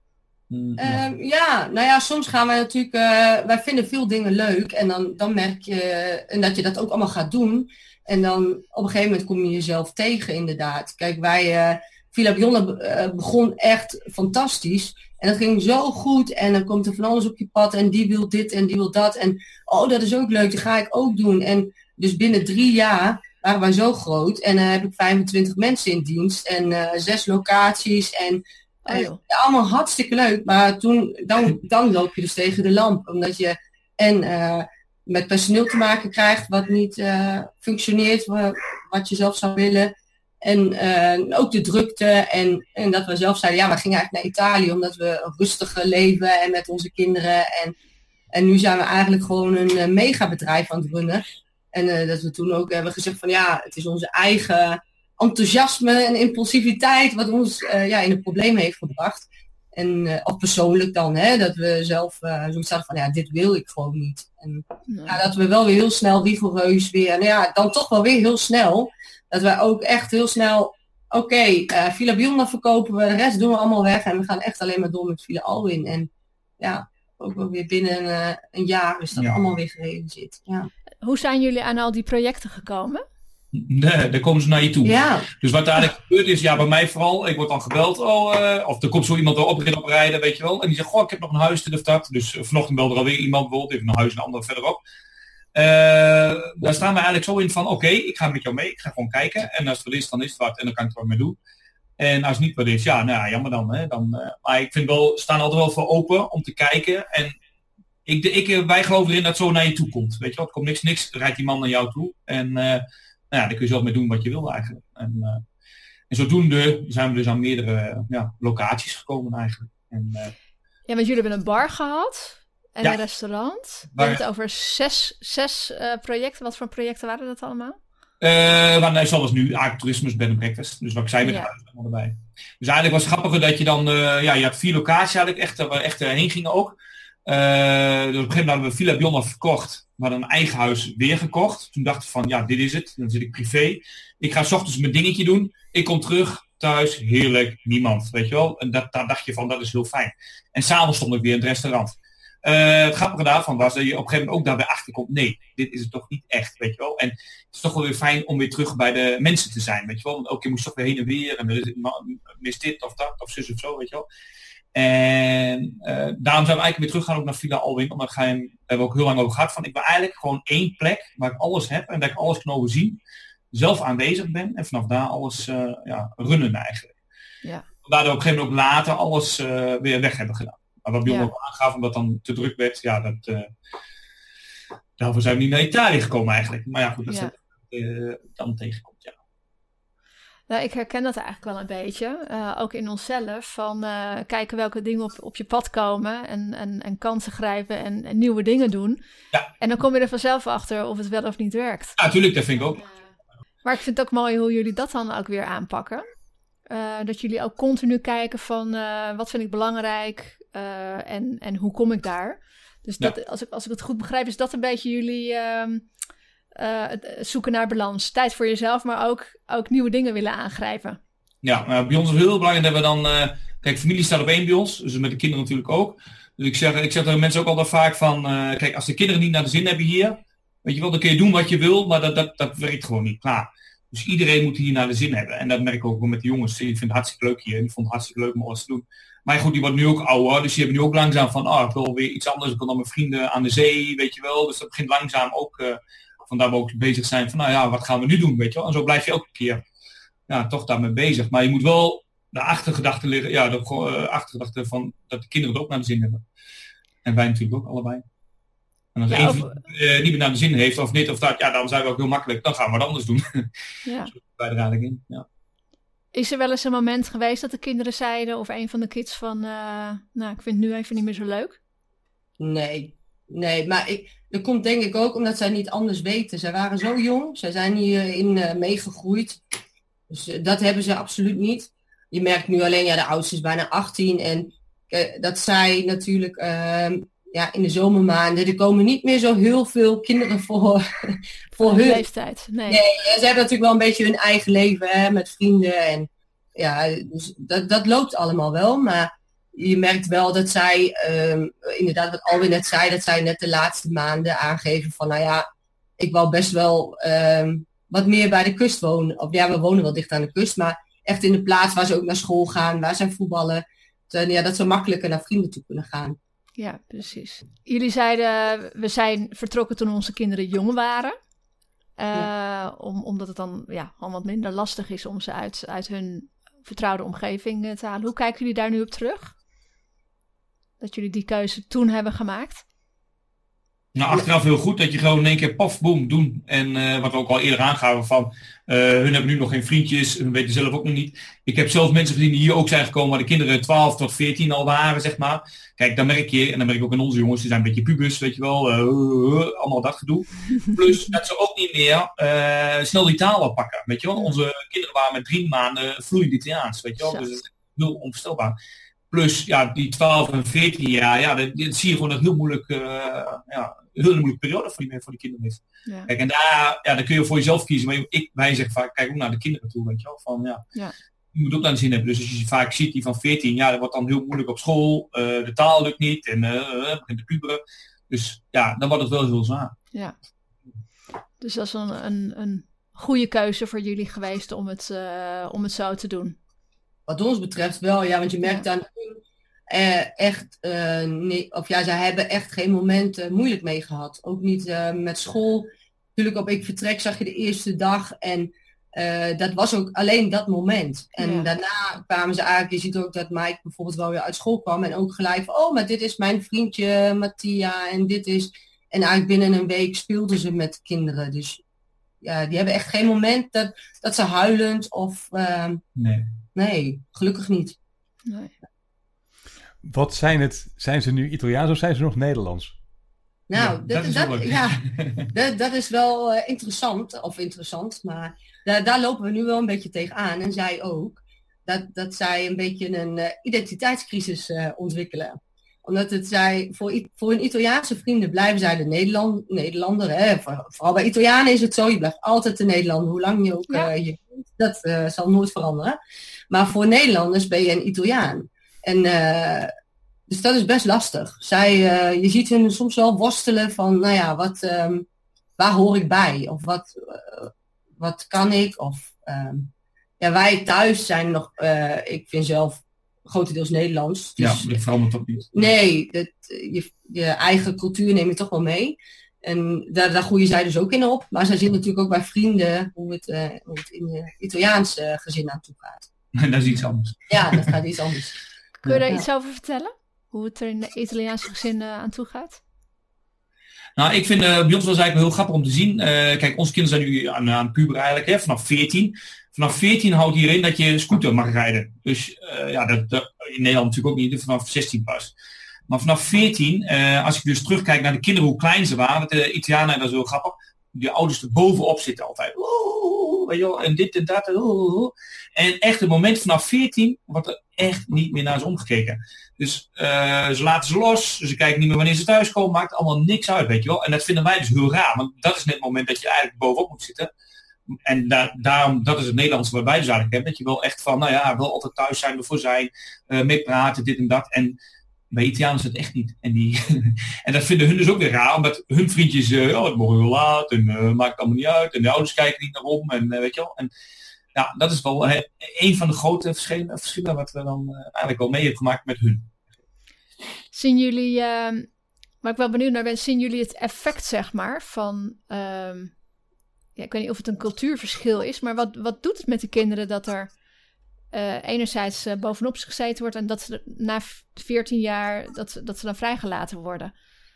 Uh, ja, nou ja, soms gaan wij natuurlijk, uh, wij vinden veel dingen leuk en dan, dan merk je en dat je dat ook allemaal gaat doen. En dan op een gegeven moment kom je jezelf tegen inderdaad. Kijk, wij... Uh, Villa Bionda begon echt fantastisch. En dat ging zo goed. En dan komt er van alles op je pad. En die wil dit en die wil dat. En oh, dat is ook leuk. Dat ga ik ook doen. En dus binnen drie jaar waren wij zo groot. En dan uh, heb ik vijfentwintig mensen in dienst. En uh, zes locaties. En uh, oh, ja, allemaal hartstikke leuk. Maar toen, dan, dan loop je dus tegen de lamp. Omdat je en uh, met personeel te maken krijgt. Wat niet uh, functioneert. Wat je zelf zou willen. En uh, ook de drukte en, en dat we zelf zeiden, ja, we gingen eigenlijk naar Italië omdat we een rustiger leven en met onze kinderen. En En nu zijn we eigenlijk gewoon een uh, megabedrijf aan het runnen. En uh, dat we toen ook hebben gezegd van ja, het is onze eigen enthousiasme en impulsiviteit wat ons uh, ja, in een probleem heeft gebracht. En uh, of persoonlijk dan, hè, dat we zelf uh, zoiets hadden van ja, dit wil ik gewoon niet. En nee. ja, dat we wel weer heel snel rigoureus weer, nou ja, dan toch wel weer heel snel, dat wij ook echt heel snel, oké, okay, uh, Villa Bionda verkopen we, de rest doen we allemaal weg en we gaan echt alleen maar door met Villa Alwin. En ja, ook wel weer binnen uh, een jaar is dat ja. allemaal weer gerealiseerd. Ja. Hoe zijn jullie aan al die projecten gekomen? Nee, daar komen ze naar je toe. Ja. Dus wat eigenlijk gebeurt is, ja, bij mij vooral, ik word dan gebeld, oh, uh, of er komt zo iemand erop op rijden, weet je wel. En die zegt, goh, ik heb nog een huis te de stad. Dus uh, vanochtend belde er alweer iemand bijvoorbeeld, even een huis een ander verderop. Uh, daar staan we eigenlijk zo in van, oké, okay, ik ga met jou mee, ik ga gewoon kijken. En als het wat is, dan is het wat en dan kan ik er wat mee doen. En als het niet wat is, ja, nou ja, jammer dan. Hè, dan uh, maar ik vind wel, we staan altijd wel voor open om te kijken. En ik, de, ik, wij geloven erin dat het zo naar je toe komt. Weet je wel, het komt niks, niks, rijdt die man naar jou toe. En uh, nou ja, daar kun je zelf mee doen wat je wil eigenlijk. En, uh, en zodoende zijn we dus aan meerdere uh, ja, locaties gekomen eigenlijk. En, uh, ja, want jullie hebben een bar gehad en ja, een restaurant. We hebben het over zes, zes uh, projecten. Wat voor projecten waren dat allemaal? Uh, maar nee, zoals nu, agrotourisme, bed and breakfast. Dus wat ik zei met ja. de huis erbij. Dus eigenlijk was het grappiger dat je dan, uh, ja, je had vier locaties eigenlijk echt, waar we echt uh, heen gingen ook. Uh, dus op een gegeven moment hebben we Villa Bionda verkocht. We hadden een eigen huis weer gekocht. Toen dachten we van, ja, dit is het. Dan zit ik privé. Ik ga 's ochtends mijn dingetje doen. Ik kom terug, thuis, heerlijk, niemand, weet je wel. En dat, daar dacht je van, dat is heel fijn. En s'avonds stond ik weer in het restaurant. Uh, het grappige daarvan was dat je op een gegeven moment ook daarbij achterkomt. Nee, dit is het toch niet echt, weet je wel. En het is toch wel weer fijn om weer terug bij de mensen te zijn, weet je wel. Want elke keer moest je toch weer heen en weer. En er is, mis dit of dat, of zus of zo, weet je wel. En uh, daarom zijn we eigenlijk weer teruggaan ook naar Villa Alwin. Omdat ga je, daar hebben we ook heel lang over gehad. Van, ik wil eigenlijk gewoon één plek waar ik alles heb. En dat ik alles kan overzien. Zelf aanwezig ben. En vanaf daar alles uh, ja, runnen eigenlijk. Ja. Daardoor op een gegeven moment ook later alles uh, weer weg hebben gedaan. Maar wat Bjorn ja. ook aangaf, omdat dan te druk werd, ja, dat, uh, daarvoor zijn we niet naar Italië gekomen eigenlijk. Maar ja, goed, dat ja. is uh, dan tegenkomt, ja. Nou, ik herken dat eigenlijk wel een beetje, uh, ook in onszelf, van uh, kijken welke dingen op, op je pad komen en, en, en kansen grijpen en, en nieuwe dingen doen. Ja. En dan kom je er vanzelf achter of het wel of niet werkt. Ja, natuurlijk, dat vind ik ook. Uh, maar ik vind het ook mooi hoe jullie dat dan ook weer aanpakken. Uh, dat jullie ook continu kijken van uh, wat vind ik belangrijk uh, en, en hoe kom ik daar. Dus dat, ja. als, ik, als ik het goed begrijp, is dat een beetje jullie uh, uh, het zoeken naar balans. Tijd voor jezelf, maar ook, ook nieuwe dingen willen aangrijpen. Ja, nou, bij ons is het heel belangrijk dat we dan... Uh, kijk, familie staat op één bij ons, dus met de kinderen natuurlijk ook. Dus ik zeg, ik zeg tegen mensen ook altijd vaak van... Uh, kijk, als de kinderen niet naar de zin hebben hier... Weet je wel, dan kun je doen wat je wil, maar dat, dat, dat werkt gewoon niet. Klaar. Dus iedereen moet hier naar de zin hebben. En dat merk ik ook wel met de jongens. Die vinden het hartstikke leuk hier. En die vonden het hartstikke leuk om alles te doen. Maar goed, die wordt nu ook ouder. Dus die hebben nu ook langzaam van, oh, ik wil weer iets anders. Ik wil dan mijn vrienden aan de zee, weet je wel. Dus dat begint langzaam ook, uh, vandaar we ook bezig zijn van, nou ja, wat gaan we nu doen, weet je wel. En zo blijf je elke keer, ja, toch daarmee bezig. Maar je moet wel de achtergedachte liggen, ja, de uh, achtergedachte van dat de kinderen het ook naar de zin hebben. En wij natuurlijk ook, allebei. En als ja, één of, uh, niet meer naar de zin heeft of niet of dat, ja, dan zijn we ook heel makkelijk. Dan gaan we wat anders doen. Ja. Zo bij de rading in. Ja. Is er wel eens een moment geweest dat de kinderen zeiden of een van de kids van, uh, nou, ik vind het nu even niet meer zo leuk? Nee, nee, maar ik, dat komt denk ik ook omdat zij niet anders weten. Zij waren zo jong, zij zijn hierin uh, meegegroeid. Dus uh, dat hebben ze absoluut niet. Je merkt nu alleen, ja, de oudste is bijna achttien en uh, dat zij natuurlijk... Uh, Ja, in de zomermaanden, er komen niet meer zo heel veel kinderen voor, voor hun leeftijd. Nee. nee, ze hebben natuurlijk wel een beetje hun eigen leven, hè, met vrienden. En ja, dus dat, dat loopt allemaal wel. Maar je merkt wel dat zij, um, inderdaad wat Alwin net zei, dat zij net de laatste maanden aangeven van, nou ja, ik wou best wel um, wat meer bij de kust wonen. Of ja, we wonen wel dicht aan de kust, maar echt in de plaats waar ze ook naar school gaan, waar zij voetballen. Ten, ja, dat ze makkelijker naar vrienden toe kunnen gaan. Ja, precies. Jullie zeiden, we zijn vertrokken toen onze kinderen jong waren. Uh, ja. om, omdat het dan ja, al wat minder lastig is om ze uit, uit hun vertrouwde omgeving te halen. Hoe kijken jullie daar nu op terug? Dat jullie die keuze toen hebben gemaakt? Nou, achteraf heel goed dat je gewoon in één keer paf, boem, doen. En uh, wat we ook al eerder aangaven van, uh, hun hebben nu nog geen vriendjes, hun weten zelf ook nog niet. Ik heb zelf mensen gezien die hier ook zijn gekomen, waar de kinderen twaalf tot veertien al waren, zeg maar. Kijk, dan merk je, en dan merk ik ook aan onze jongens, die zijn een beetje pubers, weet je wel, uh, uh, uh, allemaal dat gedoe. Plus dat ze ook niet meer uh, snel die taal oppakken, weet je wel. Onze kinderen waren met drie maanden vloeiend Italiaans, weet je wel. Dus dat is heel onvoorstelbaar. Plus, ja, die twaalf en veertien jaar, ja, dat, dat zie je gewoon een heel moeilijk, uh, ja, een heel moeilijke periode voor die, voor die kinderen is. Ja. Kijk, en daar, ja, dan kun je voor jezelf kiezen. Maar ik, wij zeggen vaak, kijk ook naar de kinderen toe, weet je wel. Van, ja, ja. Je moet ook naar de zin hebben. Dus als je vaak ziet die van veertien, ja, dat wordt dan heel moeilijk op school. Uh, de taal lukt niet en uh, uh, begint te puberen. Dus ja, dan wordt het wel heel zwaar. Ja. Dus dat is een, een, een goede keuze voor jullie geweest om het, uh, om het zo te doen. Wat ons betreft wel, ja, want je merkt dan uh, echt, uh, nee, of ja, zij hebben echt geen moment uh, moeilijk mee gehad. Ook niet uh, met school. Natuurlijk op ik vertrek zag je de eerste dag en uh, dat was ook alleen dat moment. En ja. daarna kwamen ze eigenlijk, je ziet ook dat Mike bijvoorbeeld wel weer uit school kwam en ook gelijk van, oh, maar dit is mijn vriendje Mattia en dit is, en eigenlijk binnen een week speelden ze met kinderen. Dus ja, die hebben echt geen moment dat, dat ze huilend of... Uh, nee. Nee, gelukkig niet. Nee. Wat zijn het? Zijn ze nu Italiaans of zijn ze nog Nederlands? Nou, ja, dat, dat, is dat, ja, dat, dat is wel uh, interessant, of interessant, maar da, daar lopen we nu wel een beetje tegenaan. En zij ook, dat, dat zij een beetje een uh, identiteitscrisis uh, ontwikkelen. Omdat het zij, voor, voor hun Italiaanse vrienden blijven zij de Nederland, Nederlander. Hè? Voor, vooral bij Italianen is het zo, je blijft altijd de Nederlander, hoe lang je ook ja. uh, je kunt. Dat uh, zal nooit veranderen. Maar voor Nederlanders ben je een Italiaan. En uh, dus dat is best lastig. Zij, uh, je ziet hun soms wel worstelen van, nou ja, wat, um, waar hoor ik bij? Of wat, uh, wat kan ik? Of um, ja, wij thuis zijn nog, uh, ik vind zelf grotendeels Nederlands. Dus, ja, dat verandert toch niet. Nee, dat, je, je eigen cultuur neem je toch wel mee. En daar, daar groeien zij dus ook in op. Maar zij zien natuurlijk ook bij vrienden hoe het, uh, hoe het in de Italiaanse uh, gezin aan toe gaat. Dat is iets anders. Ja, dat gaat iets anders. Kun je daar ja. iets over vertellen? Hoe het er in de Italiaanse gezin uh, aan toe gaat? Nou, ik vind uh, bij ons was eigenlijk wel heel grappig om te zien. Uh, kijk, onze kinderen zijn nu aan, aan puber eigenlijk, hè, vanaf veertien. Vanaf veertien houdt hierin dat je scooter mag rijden. Dus uh, ja, dat, dat, in Nederland natuurlijk ook niet, vanaf zestien pas. Maar vanaf veertien, uh, als ik dus terugkijk naar de kinderen, hoe klein ze waren, de Italianen, dat is heel grappig, die ouders er bovenop zitten altijd. Oeh, weet je wel, en dit en dat. Oeh. En echt het moment vanaf veertien wordt er echt niet meer naar ze omgekeken. Dus uh, ze laten ze los, ze kijken niet meer wanneer ze thuiskomen, maakt allemaal niks uit, weet je wel. En dat vinden wij dus heel raar, want dat is net het moment dat je eigenlijk bovenop moet zitten. En da- daarom, dat is het Nederlandse wat wij dus eigenlijk hebben, dat je wel echt van, nou ja, wel altijd thuis zijn, ervoor zijn, uh, mee praten, dit en dat. En bij Italianen is het echt niet. En, die en dat vinden hun dus ook weer raar, omdat hun vriendjes, uh, oh, het mogen heel laat en uh, maakt het allemaal niet uit. En de ouders kijken niet naar om en uh, weet je wel. En ja, dat is wel uh, een van de grote verschillen, verschillen wat we dan uh, eigenlijk al mee hebben gemaakt met hun. Zien jullie, uh, waar ik wel benieuwd naar ben, zien jullie het effect, zeg maar, van, uh, ja, ik weet niet of het een cultuurverschil is, maar wat, wat doet het met de kinderen dat er uh, enerzijds uh, bovenop ze gezeten wordt en dat ze na veertien jaar, dat, dat ze dan vrijgelaten worden?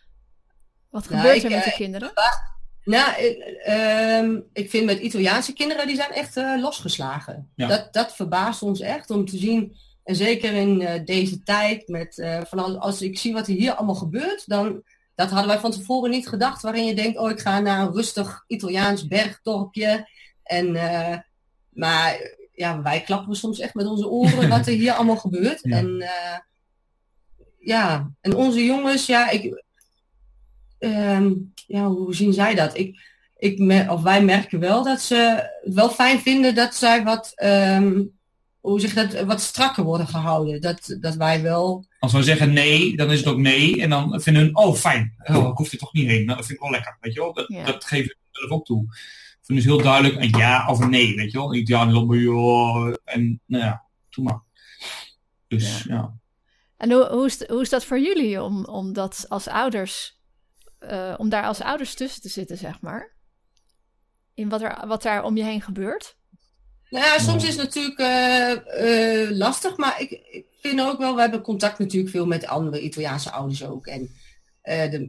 Wat nou, gebeurt er ik, met de kinderen? Uh, nou, uh, um, ik vind met Italiaanse kinderen, die zijn echt uh, losgeslagen. Ja. Dat, dat verbaast ons echt om te zien. En zeker in uh, deze tijd, met, uh, van als ik zie wat er hier allemaal gebeurt, dan dat hadden wij van tevoren niet gedacht, waarin je denkt, oh, ik ga naar een rustig Italiaans bergdorpje. En, uh, maar ja, wij klappen soms echt met onze oren wat er hier allemaal gebeurt. Ja. En uh, ja, en onze jongens, ja, ik, um, ja, hoe zien zij dat? Ik, ik mer- of wij merken wel dat ze het wel fijn vinden dat zij wat... Um, hoe zeg dat, wat strakker worden gehouden. Dat, dat wij wel... Als wij zeggen nee, dan is het ook nee. En dan vinden hun, oh fijn, oh, ik hoef er toch niet heen. Nou, dat vind ik wel lekker, weet je wel. Dat, ja. dat geven we zelf ook toe. Ik vind dus heel duidelijk een ja of een nee, weet je wel. Niet ja, dan ja, en nou ja, doe maar. Dus ja. ja. En hoe, hoe, is, hoe is dat voor jullie om, om dat als ouders, uh, om daar als ouders tussen te zitten, zeg maar? In wat, er, wat daar om je heen gebeurt? Nou ja, soms is het natuurlijk uh, uh, lastig, maar ik, ik vind ook wel, we hebben contact natuurlijk veel met andere Italiaanse ouders ook. En uh, de,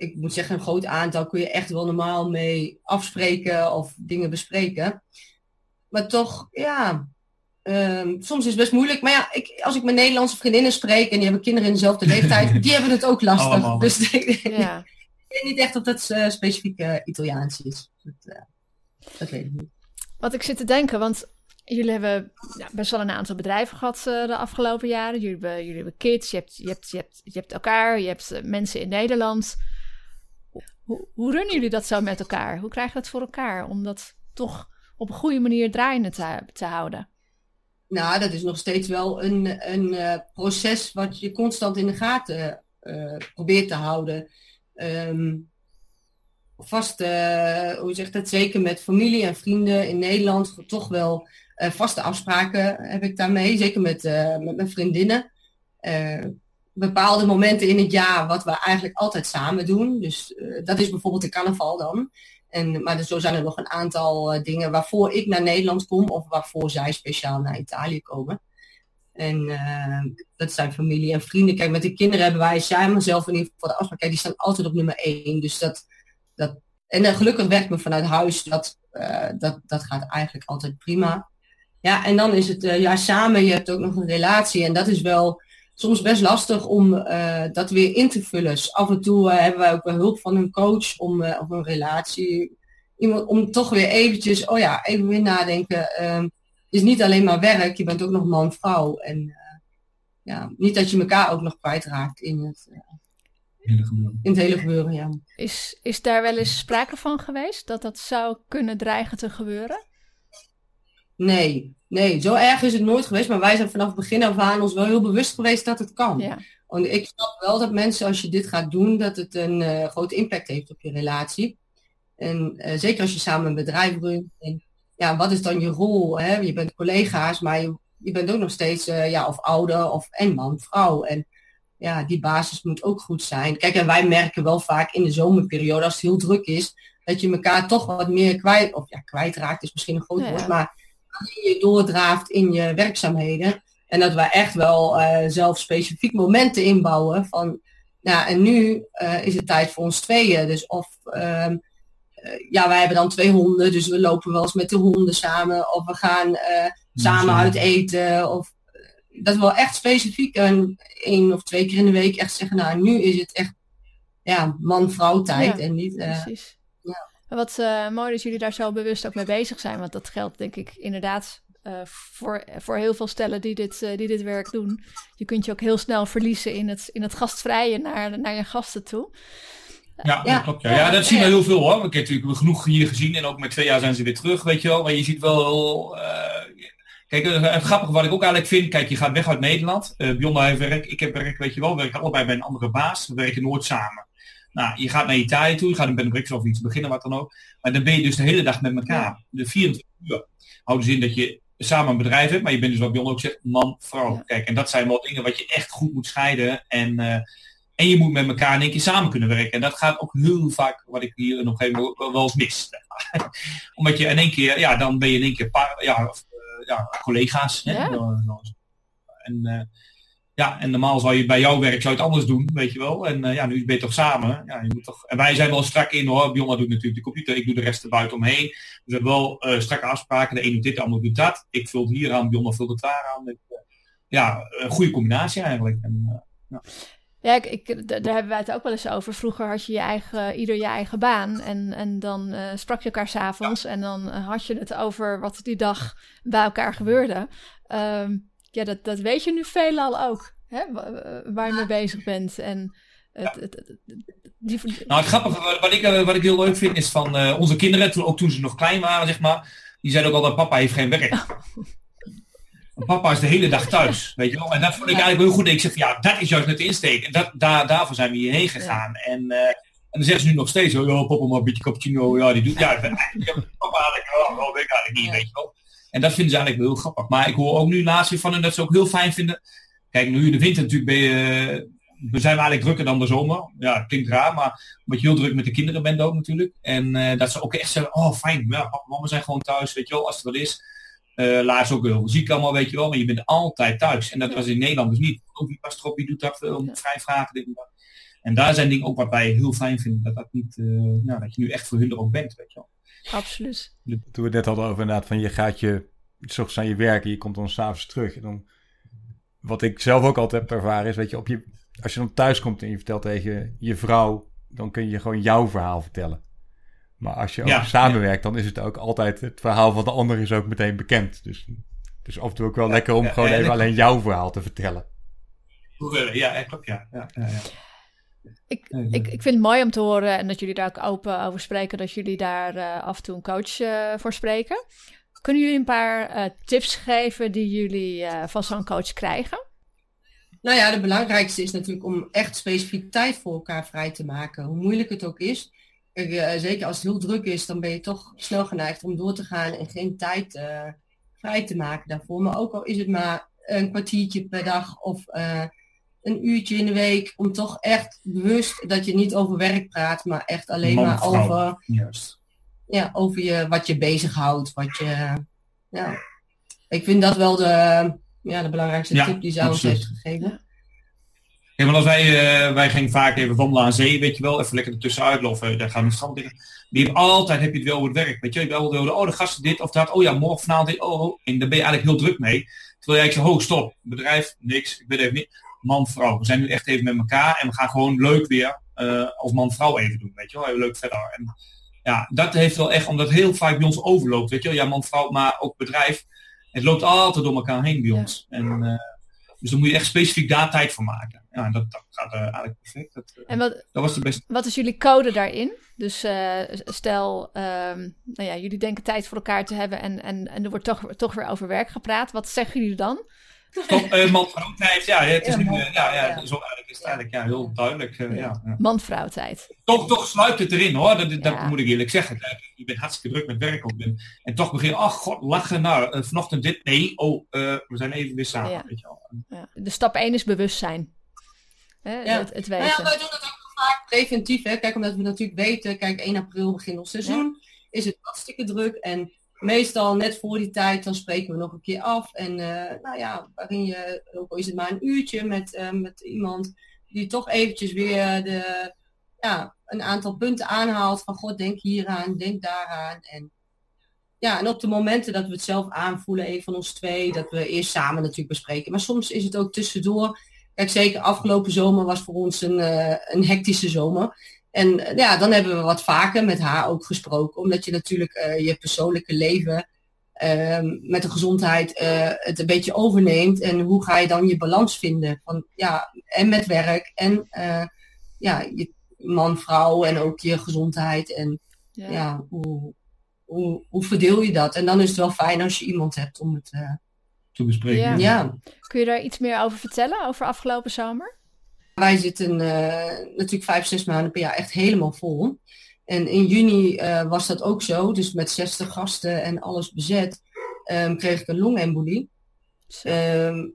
ik moet zeggen, een groot aantal kun je echt wel normaal mee afspreken of dingen bespreken. Maar toch, ja, um, soms is het best moeilijk. Maar ja, ik, als ik met Nederlandse vriendinnen spreek en die hebben kinderen in dezelfde leeftijd, die hebben het ook lastig. Allemaal. Dus ja. Ik weet niet echt of dat uh, specifiek uh, Italiaans is. Dat, uh, dat weet ik niet. Wat ik zit te denken, want jullie hebben ja, best wel een aantal bedrijven gehad uh, de afgelopen jaren. Jullie hebben, jullie hebben kids, je hebt, je, hebt, je, hebt, je hebt elkaar, je hebt uh, mensen in Nederland. Hoe, hoe runnen jullie dat zo met elkaar? Hoe krijg je dat voor elkaar om dat toch op een goede manier draaiende te, te houden? Nou, dat is nog steeds wel een, een uh, proces wat je constant in de gaten uh, probeert te houden. Um, vast, uh, hoe zeg dat, zeker met familie en vrienden in Nederland, toch wel uh, vaste afspraken heb ik daarmee. Zeker met, uh, met mijn vriendinnen. Uh, bepaalde momenten in het jaar wat we eigenlijk altijd samen doen. Dus uh, dat is bijvoorbeeld de carnaval dan. En, maar zo zijn er nog een aantal uh, dingen waarvoor ik naar Nederland kom of waarvoor zij speciaal naar Italië komen. En uh, dat zijn familie en vrienden. Kijk, met de kinderen hebben wij samen zelf in ieder geval de afspraak. Kijk, die staan altijd op nummer één. Dus dat, dat, en uh, gelukkig werkt me vanuit huis. Dat, uh, dat, dat gaat eigenlijk altijd prima. Ja, en dan is het uh, ja, samen. Je hebt ook nog een relatie. En dat is wel soms best lastig om uh, dat weer in te vullen. Dus af en toe uh, hebben wij ook wel hulp van een coach om uh, of een relatie. Iemand om toch weer eventjes, oh ja, even weer nadenken. Uh, het is niet alleen maar werk, je bent ook nog man, vrouw. En uh, ja, niet dat je elkaar ook nog kwijtraakt in het, uh, hele gebeuren. in het hele gebeuren. Ja. Is, is daar wel eens sprake van geweest dat dat zou kunnen dreigen te gebeuren? Nee, nee, zo erg is het nooit geweest. Maar wij zijn vanaf het begin af aan ons wel heel bewust geweest dat het kan. Ja. Want ik snap wel dat mensen, als je dit gaat doen, dat het een uh, grote impact heeft op je relatie. En uh, zeker als je samen een bedrijf runt. En ja, wat is dan je rol? Hè? Je bent collega's, maar je, je bent ook nog steeds uh, ja, of ouder of en man, vrouw. En ja, die basis moet ook goed zijn. Kijk, en wij merken wel vaak in de zomerperiode, als het heel druk is, dat je elkaar toch wat meer kwijt, of ja, kwijtraakt is misschien een groot woord, ja. maar je doordraaft in je werkzaamheden. En dat wij echt wel uh, zelf specifiek momenten inbouwen van, nou, en nu uh, is het tijd voor ons tweeën. Dus of, uh, uh, ja, wij hebben dan twee honden, dus we lopen wel eens met de honden samen. Of we gaan uh, samen uit eten. Of uh, dat we wel echt specifiek een, één of twee keer in de week echt zeggen, nou, nu is het echt ja, man-vrouw tijd. Ja, en niet... Uh, precies. Ja. Wat uh, mooi dat jullie daar zo bewust ook mee bezig zijn. Want dat geldt denk ik inderdaad uh, voor, voor heel veel stellen die dit, uh, die dit werk doen. Je kunt je ook heel snel verliezen in het, in het gastvrije naar, naar je gasten toe. Ja, ja, dat klopt. Ja. Ja, dat zien we heel veel hoor. Ik heb natuurlijk genoeg hier gezien en ook met twee jaar zijn ze weer terug, weet je wel. Maar je ziet wel... Uh, kijk, het grappige wat ik ook eigenlijk vind, kijk, je gaat weg uit Nederland. Uh, Bjonna heeft werk, ik heb werk, weet je wel. We werken allebei bij een andere baas. We werken nooit samen. Nou, je gaat naar Italië toe, je gaat een bed and breakfast of iets beginnen, wat dan ook. Maar dan ben je dus de hele dag met elkaar. De vierentwintig uur. Houdt dus in dat je samen een bedrijf hebt, maar je bent dus wat Bjonna ook zegt, man, vrouw. Ja. Kijk, en dat zijn wel dingen wat je echt goed moet scheiden. En, uh, en je moet met elkaar in één keer samen kunnen werken. En dat gaat ook heel vaak, wat ik hier nog even wel eens mis. Omdat je in één keer, ja, dan ben je in één keer paar, ja, of, uh, ja, collega's. Hè? Ja. En... Uh, Ja, en normaal zou je bij jouw werk zou je het anders doen, weet je wel. En uh, ja, nu ben je toch samen. Ja, je moet toch... En wij zijn wel strak in hoor. Bjonna doet natuurlijk de computer, ik doe de rest er buiten omheen. Dus we hebben wel uh, strakke afspraken. De een doet dit, de ander doet dat. Ik vul het hier aan, Bjonna vult het daar aan. Uh, ja, een goede combinatie eigenlijk. En, uh, ja. Ja, ik, ik, daar hebben wij het ook wel eens over. Vroeger had je je eigen, ieder je eigen baan. En, en dan uh, sprak je elkaar 's avonds. Ja. En dan uh, had je het over wat die dag bij elkaar gebeurde. Um, Ja, dat, dat weet je nu veelal ook, hè? Waar je mee bezig bent. En het, het, het, die... Nou, het grappige wat, wat, ik, wat ik heel leuk vind is van uh, onze kinderen, toen, ook toen ze nog klein waren, zeg maar, die zeiden ook altijd, papa heeft geen werk. Oh. Papa is de hele dag thuis, weet je wel. En dat vond ik eigenlijk heel goed. En ik zeg, ja, dat is juist net de insteek. En dat, daar, daarvoor zijn we hierheen gegaan. Ja. En, uh, en dan zeggen ze nu nog steeds, oh, ja, papa maar een beetje cappuccino, ja, die doet, ja, papa eigenlijk, oh, dat weet ik eigenlijk niet, weet je wel. En dat vinden ze eigenlijk heel grappig. Maar ik hoor ook nu laatst weer van hen dat ze ook heel fijn vinden. Kijk, nu in de winter natuurlijk ben je... We zijn eigenlijk drukker dan de zomer. Ja, het klinkt raar, maar omdat je heel druk met de kinderen bent ook natuurlijk. En uh, dat ze ook echt zeggen, oh fijn, ja, papa en mama zijn gewoon thuis, weet je wel, als het wel is. Uh, laatst ook heel ziek allemaal, weet je wel, maar je bent altijd thuis. En dat was in Nederland dus niet. Ook wie past erop, wie doet dat, veel vrij vragen, dit en dat. En daar zijn dingen ook wat wij heel fijn vinden, dat, dat, niet, uh, nou, dat je nu echt voor hun er ook bent, weet je wel. Absoluut. Toen we het net hadden over inderdaad van je gaat je, 's ochtends aan je werk en je komt dan s'avonds terug. En dan, wat ik zelf ook altijd heb ervaren is, weet je, op je, als je dan thuis komt en je vertelt tegen je vrouw, dan kun je gewoon jouw verhaal vertellen. Maar als je ook ja, samenwerkt, ja. dan is het ook altijd, het verhaal van de ander is ook meteen bekend. Dus, dus af en toe ook wel ja, lekker om ja, gewoon ja, even alleen jouw verhaal te vertellen. Ja, klopt, ja. ja, ja, ja. Ik, ik, ik vind het mooi om te horen en dat jullie daar ook open over spreken, dat jullie daar uh, af en toe een coach uh, voor spreken. Kunnen jullie een paar uh, tips geven die jullie uh, van zo'n coach krijgen? Nou ja, de belangrijkste is natuurlijk om echt specifiek tijd voor elkaar vrij te maken. Hoe moeilijk het ook is. Kijk, uh, zeker als het heel druk is, dan ben je toch snel geneigd om door te gaan en geen tijd uh, vrij te maken daarvoor. Maar ook al is het maar een kwartiertje per dag of uh, een uurtje in de week, om toch echt bewust dat je niet over werk praat, maar echt alleen Man, maar vrouw. over, Juist. Ja, over je, wat je bezighoudt. Wat je, ja. Ik vind dat wel de, ja, de belangrijkste ja, tip die zij ons heeft gegeven. Ja, maar als wij, uh, wij gingen vaak even wandelen aan zee, weet je wel, even lekker ertussenuit lopen, daar gaan we strand liggen. Die heb altijd heb je het wel over het werk, weet je, je hebt altijd over, oh de gasten dit of dat, oh ja, morgen vanavond dit, oh, oh, en daar ben je eigenlijk heel druk mee. Terwijl jij zegt, oh stop, bedrijf, niks, ik weet even niet, man, vrouw, we zijn nu echt even met elkaar en we gaan gewoon leuk weer uh, als man, vrouw even doen, weet je wel, even leuk verder. En ja, dat heeft wel echt, omdat het heel vaak bij ons overloopt, weet je wel, ja man, vrouw, maar ook bedrijf, het loopt altijd door elkaar heen bij ons. Ja. En, uh, dus dan moet je echt specifiek daar tijd voor maken. Ja, dat, dat gaat uh, eigenlijk perfect. Dat, uh, en wat, dat was de beste. Wat is jullie code daarin? Dus uh, stel, um, nou ja, jullie denken tijd voor elkaar te hebben en, en, en er wordt toch, toch weer over werk gepraat. Wat zeggen jullie dan? Stop, uh, man-vrouw tijd, ja, het is ja, nu, uh, ja, ja, ja, zo eigenlijk is het eigenlijk ja, heel duidelijk. Uh, ja. Ja. Man-vrouw tijd. Toch, toch sluipt het erin hoor, dat, dat ja. moet ik eerlijk zeggen. Je bent hartstikke druk met werk op en, en toch begin je, ach god, lachen, nou, uh, vanochtend dit, nee, oh, uh, we zijn even weer samen. Ja. Weet je wel. Ja. De stap één is bewustzijn. Hè, ja. het, het weten. Nou ja, wij doen het ook vaak preventief, hè. Kijk, omdat we natuurlijk weten, kijk, één april begint ons seizoen, ja. is het hartstikke druk en meestal net voor die tijd, dan spreken we nog een keer af. En uh, nou ja, waarin je, ook al is het maar een uurtje met, uh, met iemand die toch eventjes weer de, ja, een aantal punten aanhaalt van god, denk hieraan, denk daaraan. En ja, en op de momenten dat we het zelf aanvoelen, een van ons twee, dat we eerst samen natuurlijk bespreken. Maar soms is het ook tussendoor. Kijk, zeker afgelopen zomer was voor ons een, uh, een hectische zomer. En uh, ja, dan hebben we wat vaker met haar ook gesproken. Omdat je natuurlijk uh, je persoonlijke leven uh, met de gezondheid uh, het een beetje overneemt. En hoe ga je dan je balans vinden? Van, ja, en met werk en uh, ja, je man, vrouw en ook je gezondheid. En ja, ja hoe, hoe, hoe verdeel je dat? En dan is het wel fijn als je iemand hebt om het uh, te bespreken. Ja. Ja. Kun je daar iets meer over vertellen, over afgelopen zomer? Wij zitten uh, natuurlijk vijf, zes maanden per jaar echt helemaal vol. En in juni uh, was dat ook zo. Dus met zestig gasten en alles bezet um, kreeg ik een longembolie. Um,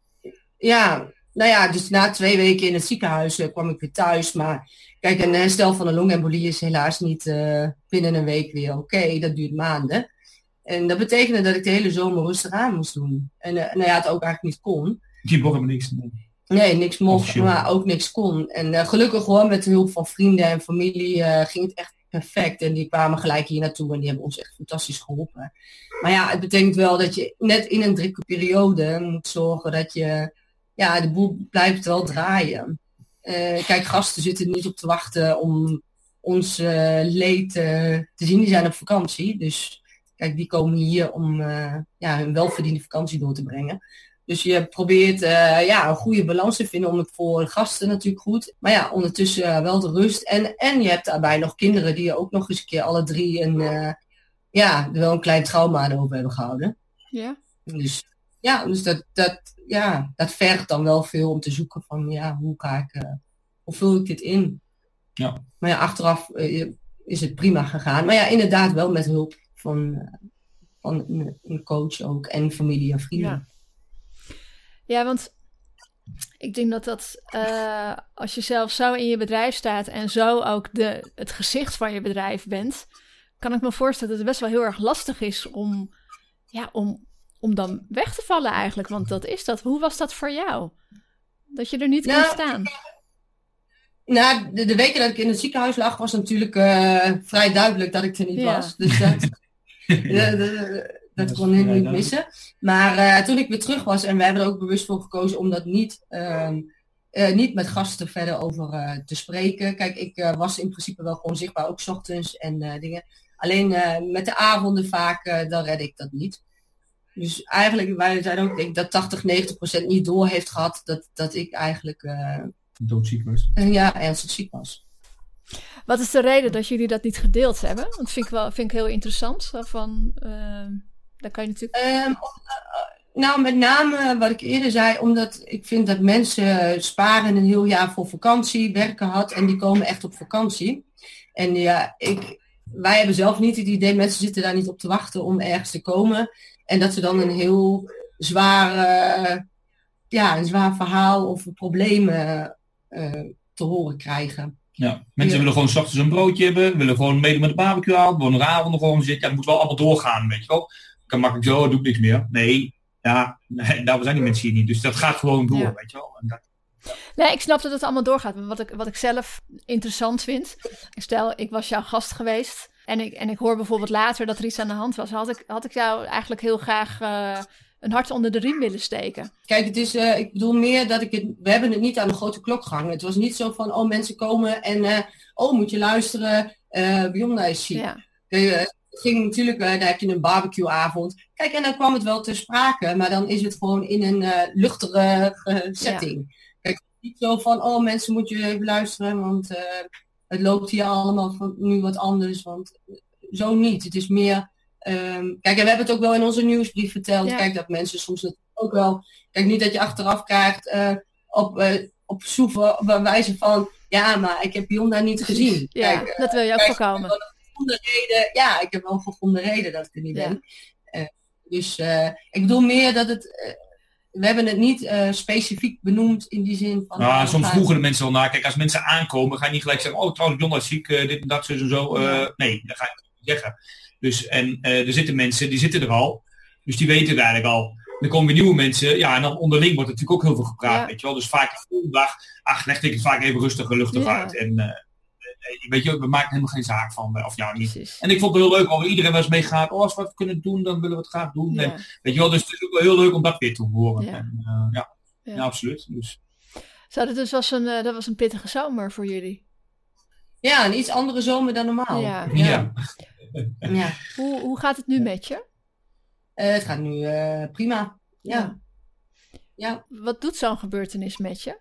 ja, nou ja, dus na twee weken in het ziekenhuis uh, kwam ik weer thuis. Maar kijk, een herstel van een longembolie is helaas niet uh, binnen een week weer oké. Okay, dat duurt maanden. En dat betekende dat ik de hele zomer rustig aan moest doen. En uh, nou ja, het ook eigenlijk niet kon. Die mocht helemaal niks doen. Nee, niks mocht, maar ook niks kon. En uh, gelukkig hoor, met de hulp van vrienden en familie uh, ging het echt perfect. En die kwamen gelijk hier naartoe en die hebben ons echt fantastisch geholpen. Maar ja, het betekent wel dat je net in een drukke periode moet zorgen dat je, ja, de boel blijft wel draaien. Uh, kijk, gasten zitten niet op te wachten om ons uh, leed uh, te zien. Die zijn op vakantie, dus kijk, die komen hier om uh, ja, hun welverdiende vakantie door te brengen. Dus je probeert uh, ja, een goede balans te vinden om het voor de gasten natuurlijk goed. Maar ja, ondertussen uh, wel de rust. En, en je hebt daarbij nog kinderen die ook nog eens een keer alle drie een, uh, ja, wel een klein trauma erover hebben gehouden. Ja. Dus ja, dus dat, dat, ja, dat vergt dan wel veel om te zoeken van ja, hoe ga ik, uh, hoe vul ik dit in? Ja. Maar ja, achteraf uh, is het prima gegaan. Maar ja, inderdaad wel met hulp van, uh, van een, een coach ook en familie en vrienden. Ja. Ja, want ik denk dat dat uh, als je zelf zo in je bedrijf staat en zo ook de, het gezicht van je bedrijf bent, kan ik me voorstellen dat het best wel heel erg lastig is om, ja, om, om dan weg te vallen eigenlijk. Want dat is dat. Hoe was dat voor jou? Dat je er niet nou, kan staan? Nou, de, de weken dat ik in het ziekenhuis lag, was natuurlijk uh, vrij duidelijk dat ik er niet ja. was. Dus dat, de, de, de, dat kon ik niet missen. Maar uh, toen ik weer terug was, en we hebben er ook bewust voor gekozen om dat niet, uh, uh, niet met gasten verder over uh, te spreken. Kijk, ik uh, was in principe wel gewoon zichtbaar, ook 's ochtends en uh, dingen. Alleen uh, met de avonden vaak, uh, dan red ik dat niet. Dus eigenlijk, wij zijn ook, denk ik, dat tachtig, negentig procent niet door heeft gehad dat, dat ik eigenlijk... Uh, doodziek was. Uh, ja, ernstig ziek was. Wat is de reden dat jullie dat niet gedeeld hebben? Want dat vind ik wel vind ik heel interessant. Van, uh, daar kan je natuurlijk... Um, uh, nou, met name wat ik eerder zei, omdat ik vind dat mensen sparen een heel jaar voor vakantie, werken hard en die komen echt op vakantie. En ja, ik, wij hebben zelf niet het idee, mensen zitten daar niet op te wachten om ergens te komen. En dat ze dan een heel zwaar, uh, ja, een zwaar verhaal of problemen uh, te horen krijgen. Ja, mensen ja. willen gewoon 's ochtends een broodje hebben, willen gewoon meedoen met de barbecue halen, gewoon een avond gewoon zitten. Ja, dat moet wel allemaal doorgaan, weet je wel. Kan makkelijk zo, doe ik niks meer. Nee, ja, nee, daar zijn die mensen hier niet. Dus dat gaat gewoon door, ja. weet je wel. En dat... Nee, ik snap dat het allemaal doorgaat. Maar wat ik, wat ik zelf interessant vind, stel, ik was jouw gast geweest en ik, en ik hoor bijvoorbeeld later dat er iets aan de hand was. Had ik, had ik jou eigenlijk heel graag uh, een hart onder de riem willen steken. Kijk, het is, uh, ik bedoel meer dat ik het, we hebben het niet aan de grote klok gehangen. Het was niet zo van, oh mensen komen en, uh, oh moet je luisteren, uh, Bionda is ziek. Ja. Uh, het ging natuurlijk, uh, dan heb je een barbecueavond. Kijk, en dan kwam het wel ter sprake, maar dan is het gewoon in een uh, luchtige uh, setting. Ja. Kijk, niet zo van, oh mensen moet je even luisteren, want uh, het loopt hier allemaal van, nu wat anders. Want uh, zo niet. Het is meer, um, kijk, en we hebben het ook wel in onze nieuwsbrief verteld. Ja. Kijk, dat mensen soms ook wel, kijk, niet dat je achteraf krijgt uh, op, uh, op soeven, op wijze van, ja, maar ik heb Bionda niet gezien. Ja, kijk, uh, dat wil je ook kijk, voorkomen. Reden, ja, ik heb wel een gegronde reden dat ik er niet ja. ben. Uh, dus uh, ik bedoel meer dat het... Uh, we hebben het niet uh, specifiek benoemd in die zin van... Nou, soms vroegen de mensen al naar. Kijk, als mensen aankomen, ga je niet gelijk zeggen... Oh, trouwens, Bionda is ziek, uh, dit en dat, zo en zo. Uh, ja. Nee, dat ga je niet zeggen. Dus, en uh, er zitten mensen, die zitten er al. Dus die weten het eigenlijk al. Dan komen weer nieuwe mensen. Ja, en dan onderling wordt er natuurlijk ook heel veel gepraat, ja. weet je wel. Dus vaak de volgende dag, ach, leg ik het vaak even rustig en luchtig ja. uit. En... Uh, weet je, we maken helemaal geen zaak van, of jou niet. Precies. En ik vond het heel leuk, als iedereen wel eens meegaat, oh, als we het kunnen doen, dan willen we het graag doen. Ja. En, weet je wel, dus het is ook wel heel leuk om dat weer te horen. Ja, en, uh, ja. Ja. ja, absoluut. Dus. Zo, dat, dus was een, uh, dat was een pittige zomer voor jullie. Ja, een iets andere zomer dan normaal. Ja. ja. ja. ja. Hoe, hoe gaat het nu met je? Uh, het gaat nu uh, prima. Ja. Ja. ja. Wat doet zo'n gebeurtenis met je?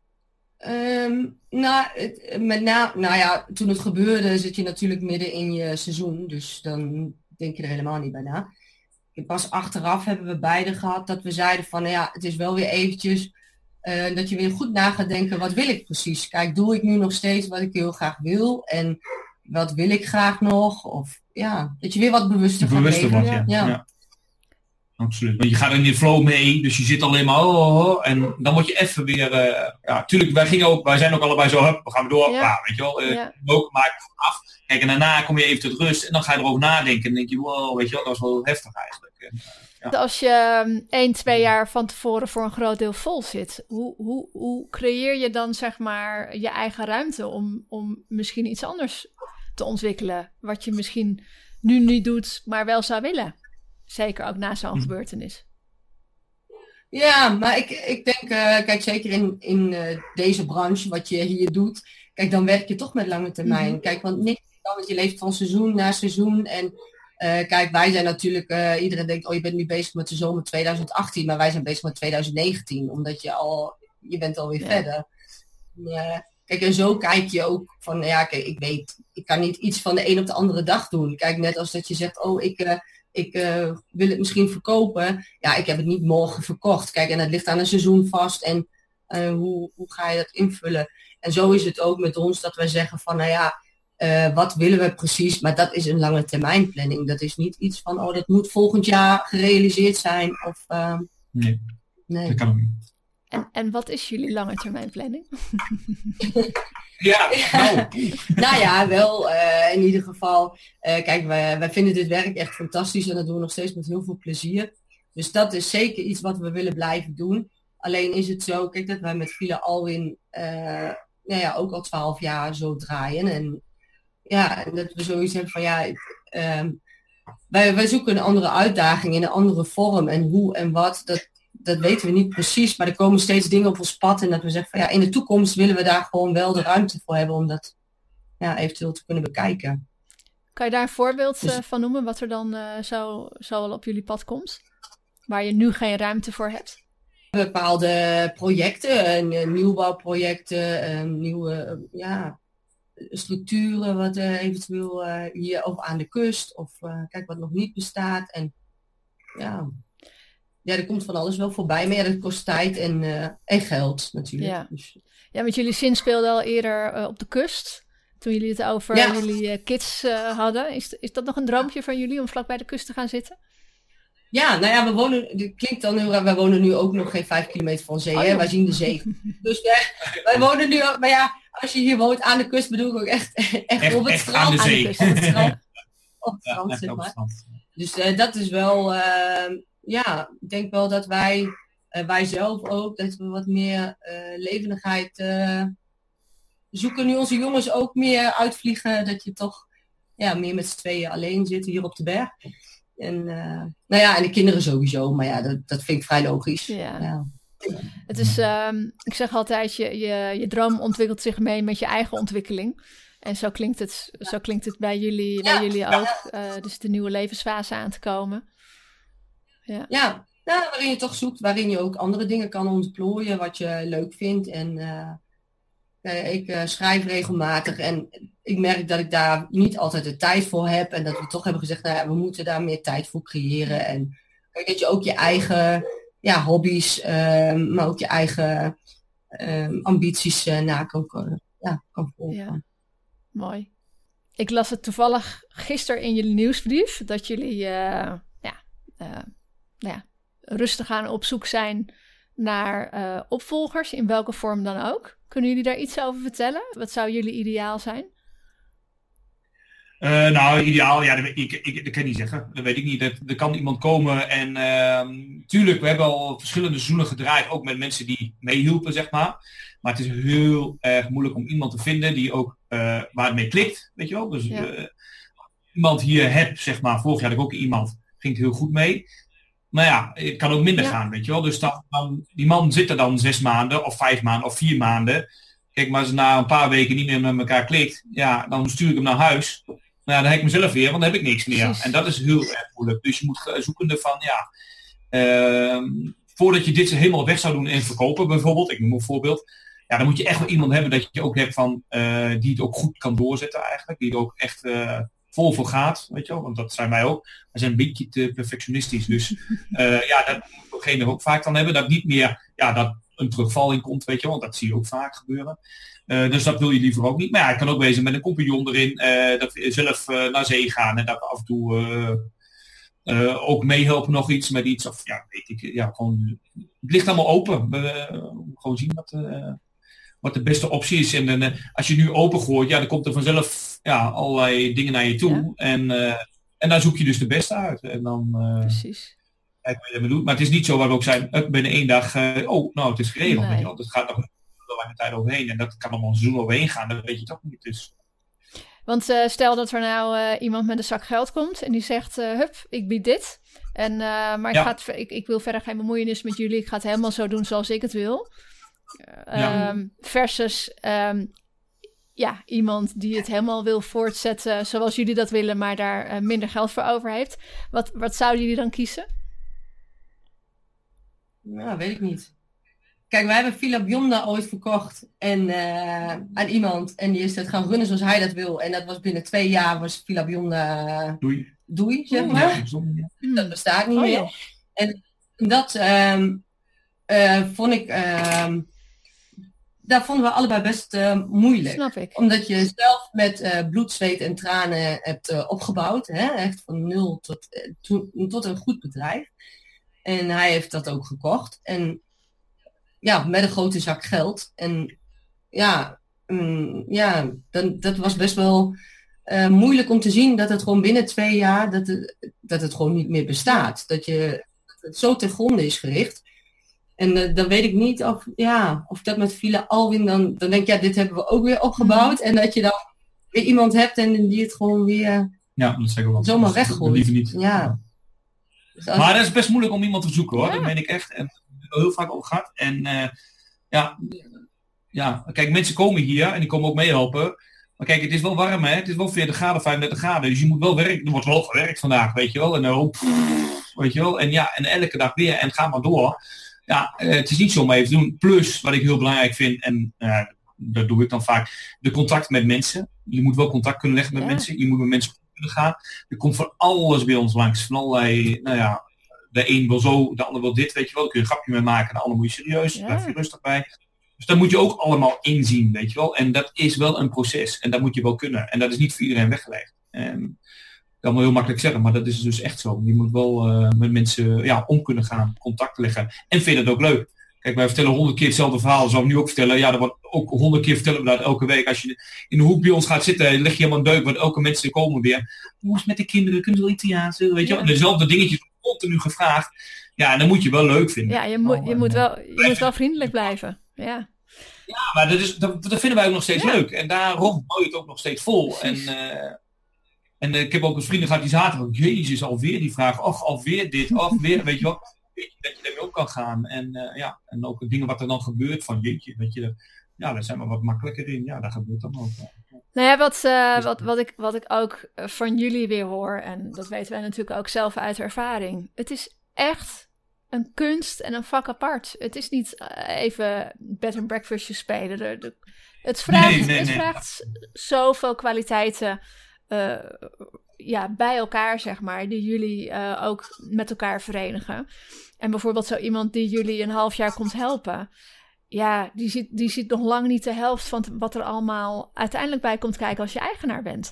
Um, nou, het, met na, nou ja, toen het gebeurde zit je natuurlijk midden in je seizoen, dus dan denk je er helemaal niet bij na. Pas achteraf hebben we beide gehad dat we zeiden van, nou ja, het is wel weer eventjes uh, dat je weer goed na gaat denken, wat wil ik precies? Kijk, doe ik nu nog steeds wat ik heel graag wil en wat wil ik graag nog? Of ja, dat je weer wat bewuster gaat bewuster leven. Wordt, ja. Ja. Ja. Absoluut. Want je gaat in die flow mee, dus je zit alleen maar oh, oh, oh, en dan word je even weer, uh, ja, tuurlijk, wij gingen ook, wij zijn ook allebei zo, hup, we gaan door, ja. Ja, weet je wel, uh, ja. ook maak het af. Kijk, en daarna kom je even tot rust en dan ga je erover nadenken en dan denk je, wow, weet je wel, dat is wel heftig eigenlijk. En, uh, ja. Als je um, één, twee jaar van tevoren voor een groot deel vol zit, hoe, hoe, hoe creëer je dan, zeg maar, je eigen ruimte om, om misschien iets anders te ontwikkelen, wat je misschien nu niet doet, maar wel zou willen? Zeker ook na zo'n hm. gebeurtenis. Ja, maar ik, ik denk, uh, kijk, zeker in, in uh, deze branche, wat je hier doet, kijk, dan werk je toch met lange termijn. Mm-hmm. Kijk, want niks want je leeft van seizoen naar seizoen. En uh, kijk, wij zijn natuurlijk, uh, iedereen denkt, oh, je bent nu bezig met de zomer twintig achttien, maar wij zijn bezig met twintig negentien, omdat je al, je bent alweer ja. verder. Uh, kijk, en zo kijk je ook van, ja, kijk, ik weet, ik kan niet iets van de een op de andere dag doen. Kijk, net als dat je zegt, oh, ik... Uh, Ik uh, wil het misschien verkopen. Ja, ik heb het niet morgen verkocht. Kijk, en het ligt aan een seizoen vast. En uh, hoe, hoe ga je dat invullen? En zo is het ook met ons dat wij zeggen van, nou ja, uh, wat willen we precies? Maar dat is een lange termijn planning. Dat is niet iets van, oh, dat moet volgend jaar gerealiseerd zijn. Of, uh, nee, nee, dat kan ook niet. En, en wat is jullie lange termijn planning? Ja, nou. nou ja, wel uh, in ieder geval. Uh, kijk, wij, wij vinden dit werk echt fantastisch en dat doen we nog steeds met heel veel plezier. Dus dat is zeker iets wat we willen blijven doen. Alleen is het zo, kijk, dat wij met Villa Alwin uh, nou ja, ook al twaalf jaar zo draaien. En ja, dat we zoiets hebben van ja, um, wij, wij zoeken een andere uitdaging in een andere vorm. En hoe en wat, dat, dat weten we niet precies. Maar er komen steeds dingen op ons pad. En dat we zeggen van ja, in de toekomst willen we daar gewoon wel de ruimte voor hebben om dat ja, eventueel te kunnen bekijken. Kan je daar een voorbeeld uh, van noemen, wat er dan uh, zo, zo wel op jullie pad komt? Waar je nu geen ruimte voor hebt? Bepaalde projecten, uh, nieuwbouwprojecten, uh, nieuwe uh, ja, structuren wat uh, eventueel uh, hier of aan de kust of uh, kijk wat nog niet bestaat. En ja, ja, er komt van alles wel voorbij, maar ja, dat kost tijd en, uh, en geld natuurlijk. Ja, dus. ja, want jullie zin speelde al eerder uh, op de kust. Toen jullie het over ja. jullie uh, kids uh, hadden. Is, is dat nog een droompje van jullie om vlak bij de kust te gaan zitten? Ja, nou ja, we wonen, dit klinkt dan heel raar, wij wonen nu ook nog geen vijf kilometer van zee, oh, hè? Wij zien de zee. Dus wij, wij wonen nu, maar ja, als je hier woont aan de kust, bedoel ik ook echt, echt, echt op het echt strand. Aan de zee. Op het strand, op het strand, ja, zeg maar. strand. Dus uh, dat is wel, uh, ja, ik denk wel dat wij, uh, wij zelf ook, dat we wat meer uh, levendigheid uh, zoeken. Nu onze jongens ook meer uitvliegen, dat je toch ja, meer met z'n tweeën alleen zit hier op de berg. En, uh, nou ja, en de kinderen sowieso, maar ja, dat, dat vind ik vrij logisch. Ja. Ja. Het is, um, ik zeg altijd, je, je, je droom ontwikkelt zich mee met je eigen ontwikkeling. En zo klinkt het, zo klinkt het bij jullie, bij ja, jullie ja. ook. Uh, dus de nieuwe levensfase aan te komen. Ja, ja nou, waarin je toch zoekt, waarin je ook andere dingen kan ontplooien, wat je leuk vindt. En uh, uh, ik uh, schrijf regelmatig en ik merk dat ik daar niet altijd de tijd voor heb. En dat we toch hebben gezegd, nou ja, we moeten daar meer tijd voor creëren. En kijk, dat je ook je eigen ja, hobby's, uh, maar ook je eigen uh, ambities uh, na kan, ja, kan volgen. Ja. Mooi. Ik las het toevallig gisteren in jullie nieuwsbrief, dat jullie uh, ja, uh, nou ja, rustig aan op zoek zijn naar uh, opvolgers, in welke vorm dan ook. Kunnen jullie daar iets over vertellen? Wat zou jullie ideaal zijn? Uh, nou, ideaal, ja, dat, ik, ik, dat kan ik niet zeggen. Dat weet ik niet. Er kan iemand komen en uh, tuurlijk, we hebben al verschillende seizoenen gedraaid, ook met mensen die meehielpen, zeg maar. Maar het is heel erg moeilijk om iemand te vinden die ook uh, waar het mee klikt, weet je wel. Dus ja. uh, iemand hier heb, zeg maar, vorig jaar had ik ook iemand, ging het heel goed mee. Maar ja, het kan ook minder ja. gaan, weet je wel. Dus dan, dan, die man zit er dan zes maanden of vijf maanden of vier maanden. Kijk, maar als het na een paar weken niet meer met elkaar klikt, ja, dan stuur ik hem naar huis. Nou, dan heb ik mezelf weer, want dan heb ik niks meer. Precies. En dat is heel erg moeilijk. Dus je moet zoeken ervan, ja, uh, voordat je dit helemaal weg zou doen en verkopen bijvoorbeeld, ik noem een voorbeeld, ja, dan moet je echt wel iemand hebben dat je ook hebt van, uh, die het ook goed kan doorzetten eigenlijk, die er ook echt uh, vol voor gaat, weet je wel, want dat zijn wij ook. We zijn een beetje te perfectionistisch, dus uh, ja, dat moet degene ook vaak dan hebben, dat niet meer, ja, dat een terugval in komt, weet je wel, want dat zie je ook vaak gebeuren. Uh, dus dat wil je liever ook niet. Maar ja, ik kan ook wezen met een compagnon erin, uh, dat we zelf uh, naar zee gaan en dat we af en toe uh, uh, ook meehelpen nog iets met iets. Of ja, weet ik, ja, gewoon, het ligt allemaal open. We, uh, gewoon zien wat, uh, wat de beste optie is. En uh, als je nu open gooit, ja, dan komt er vanzelf ja, allerlei dingen naar je toe. Ja. En, uh, en dan zoek je dus de beste uit. En dan, uh, Precies. Kijk wat je ermee doet. Maar het is niet zo waar we ook zijn, up binnen één dag, uh, oh, nou, het is geregeld. Nee. Weet je wel. Het gaat nog lange tijd overheen en dat kan allemaal een seizoen overheen gaan, dat weet je toch niet. Dus. Want uh, stel dat er nou uh, iemand met een zak geld komt en die zegt, uh, hup, ik bied dit. En, uh, maar ja. ik, ga het, ik, ik wil verder geen bemoeienis met jullie, ik ga het helemaal zo doen zoals ik het wil. Uh, ja. um, versus um, ja, iemand die het helemaal wil voortzetten zoals jullie dat willen, maar daar uh, minder geld voor over heeft. Wat, wat zouden jullie dan kiezen? Nou, weet ik niet. Kijk, wij hebben Villa Bionda ooit verkocht en, uh, aan iemand. En die is het gaan runnen zoals hij dat wil. En dat was binnen twee jaar was Villa Bionda doei, doei zeg maar. Ja, dat bestaat niet oh, meer. En dat um, uh, vond ik... Um, daar vonden we allebei best uh, moeilijk. Snap ik. Omdat je zelf met uh, bloed, zweet en tranen hebt uh, opgebouwd. Hè? Echt van nul tot, uh, to, tot een goed bedrijf. En hij heeft dat ook gekocht. En ja, met een grote zak geld. En ja, um, ja dan, dat was best wel uh, moeilijk om te zien dat het gewoon binnen twee jaar, dat het, dat het gewoon niet meer bestaat. Dat, je, dat het zo ten gronde is gericht. En uh, dan weet ik niet of, ja, of dat met Villa Alwin, dan, dan denk ik, ja, dit hebben we ook weer opgebouwd. En dat je dan weer iemand hebt en die het gewoon weer ja, dat zeg ik wel. zomaar weggooit. Liever niet. Ja. Ja. Dus als... Maar dat is best moeilijk om iemand te zoeken, hoor. Ja. Dat meen ik echt. En dat heb ik heel vaak over gehad. En uh, ja, ja, kijk, mensen komen hier en die komen ook meehelpen. Maar kijk, het is wel warm, hè. Het is wel veertig graden, vijfendertig graden. Dus je moet wel werken. Er wordt wel gewerkt vandaag, weet je wel. En dan, pff, weet je wel. En ja, en elke dag weer. En ga maar door. Ja, het is niet zo om even te doen. Plus, wat ik heel belangrijk vind, en uh, dat doe ik dan vaak, de contact met mensen. Je moet wel contact kunnen leggen met ja. mensen. Je moet met mensen kunnen gaan. Er komt van alles bij ons langs. Van allerlei, nou ja, de een wil zo, de ander wil dit, weet je wel. Daar kun je een grapje mee maken, de ander moet je serieus. Daar ja. blijf je rustig bij. Dus daar moet je ook allemaal inzien, weet je wel. En dat is wel een proces. En dat moet je wel kunnen. En dat is niet voor iedereen weggelegd. En, dat kan wel heel makkelijk zeggen, maar dat is dus echt zo. Je moet wel uh, met mensen ja, om kunnen gaan, contact leggen. En vind je dat ook leuk. Kijk, wij vertellen honderd keer hetzelfde verhaal. Zou ik nu ook vertellen. Ja, dat wordt ook honderd keer vertellen we dat elke week. Als je in de hoek bij ons gaat zitten, leg je helemaal een deuk, want elke mensen komen weer. Hoe is het met de kinderen? Kunnen ze wel Italiaans? Weet je wel? En dezelfde dingetjes continu gevraagd. Ja, en dan moet je wel leuk vinden. Ja, je, moet, je, moet, wel, je moet wel vriendelijk blijven. Ja. Ja, maar dat, is, dat, dat vinden wij ook nog steeds ja. leuk. En daarom hou je het ook nog steeds vol. En, uh, en uh, ik heb ook een vrienden gehad die zaten van, jezus, alweer die vraag. Och, alweer dit, alweer, weet je wel. Weet je, dat je daarmee ook kan gaan. En uh, ja, en ook dingen wat er dan gebeurt van, jeetje, weet je, ja, daar zijn we wat makkelijker in. Ja, dat gebeurt dan ook. Ja. Nou ja, wat, uh, wat, wat, ik, wat ik ook van jullie weer hoor, en dat weten wij natuurlijk ook zelf uit ervaring. Het is echt een kunst en een vak apart. Het is niet uh, even bed and breakfastje spelen. De, de, het vraagt, nee, nee, het nee. vraagt zoveel kwaliteiten uh, ja, bij elkaar, zeg maar, die jullie uh, ook met elkaar verenigen. En bijvoorbeeld zo iemand die jullie een half jaar komt helpen. Ja, die ziet, die ziet nog lang niet de helft van wat er allemaal uiteindelijk bij komt kijken als je eigenaar bent.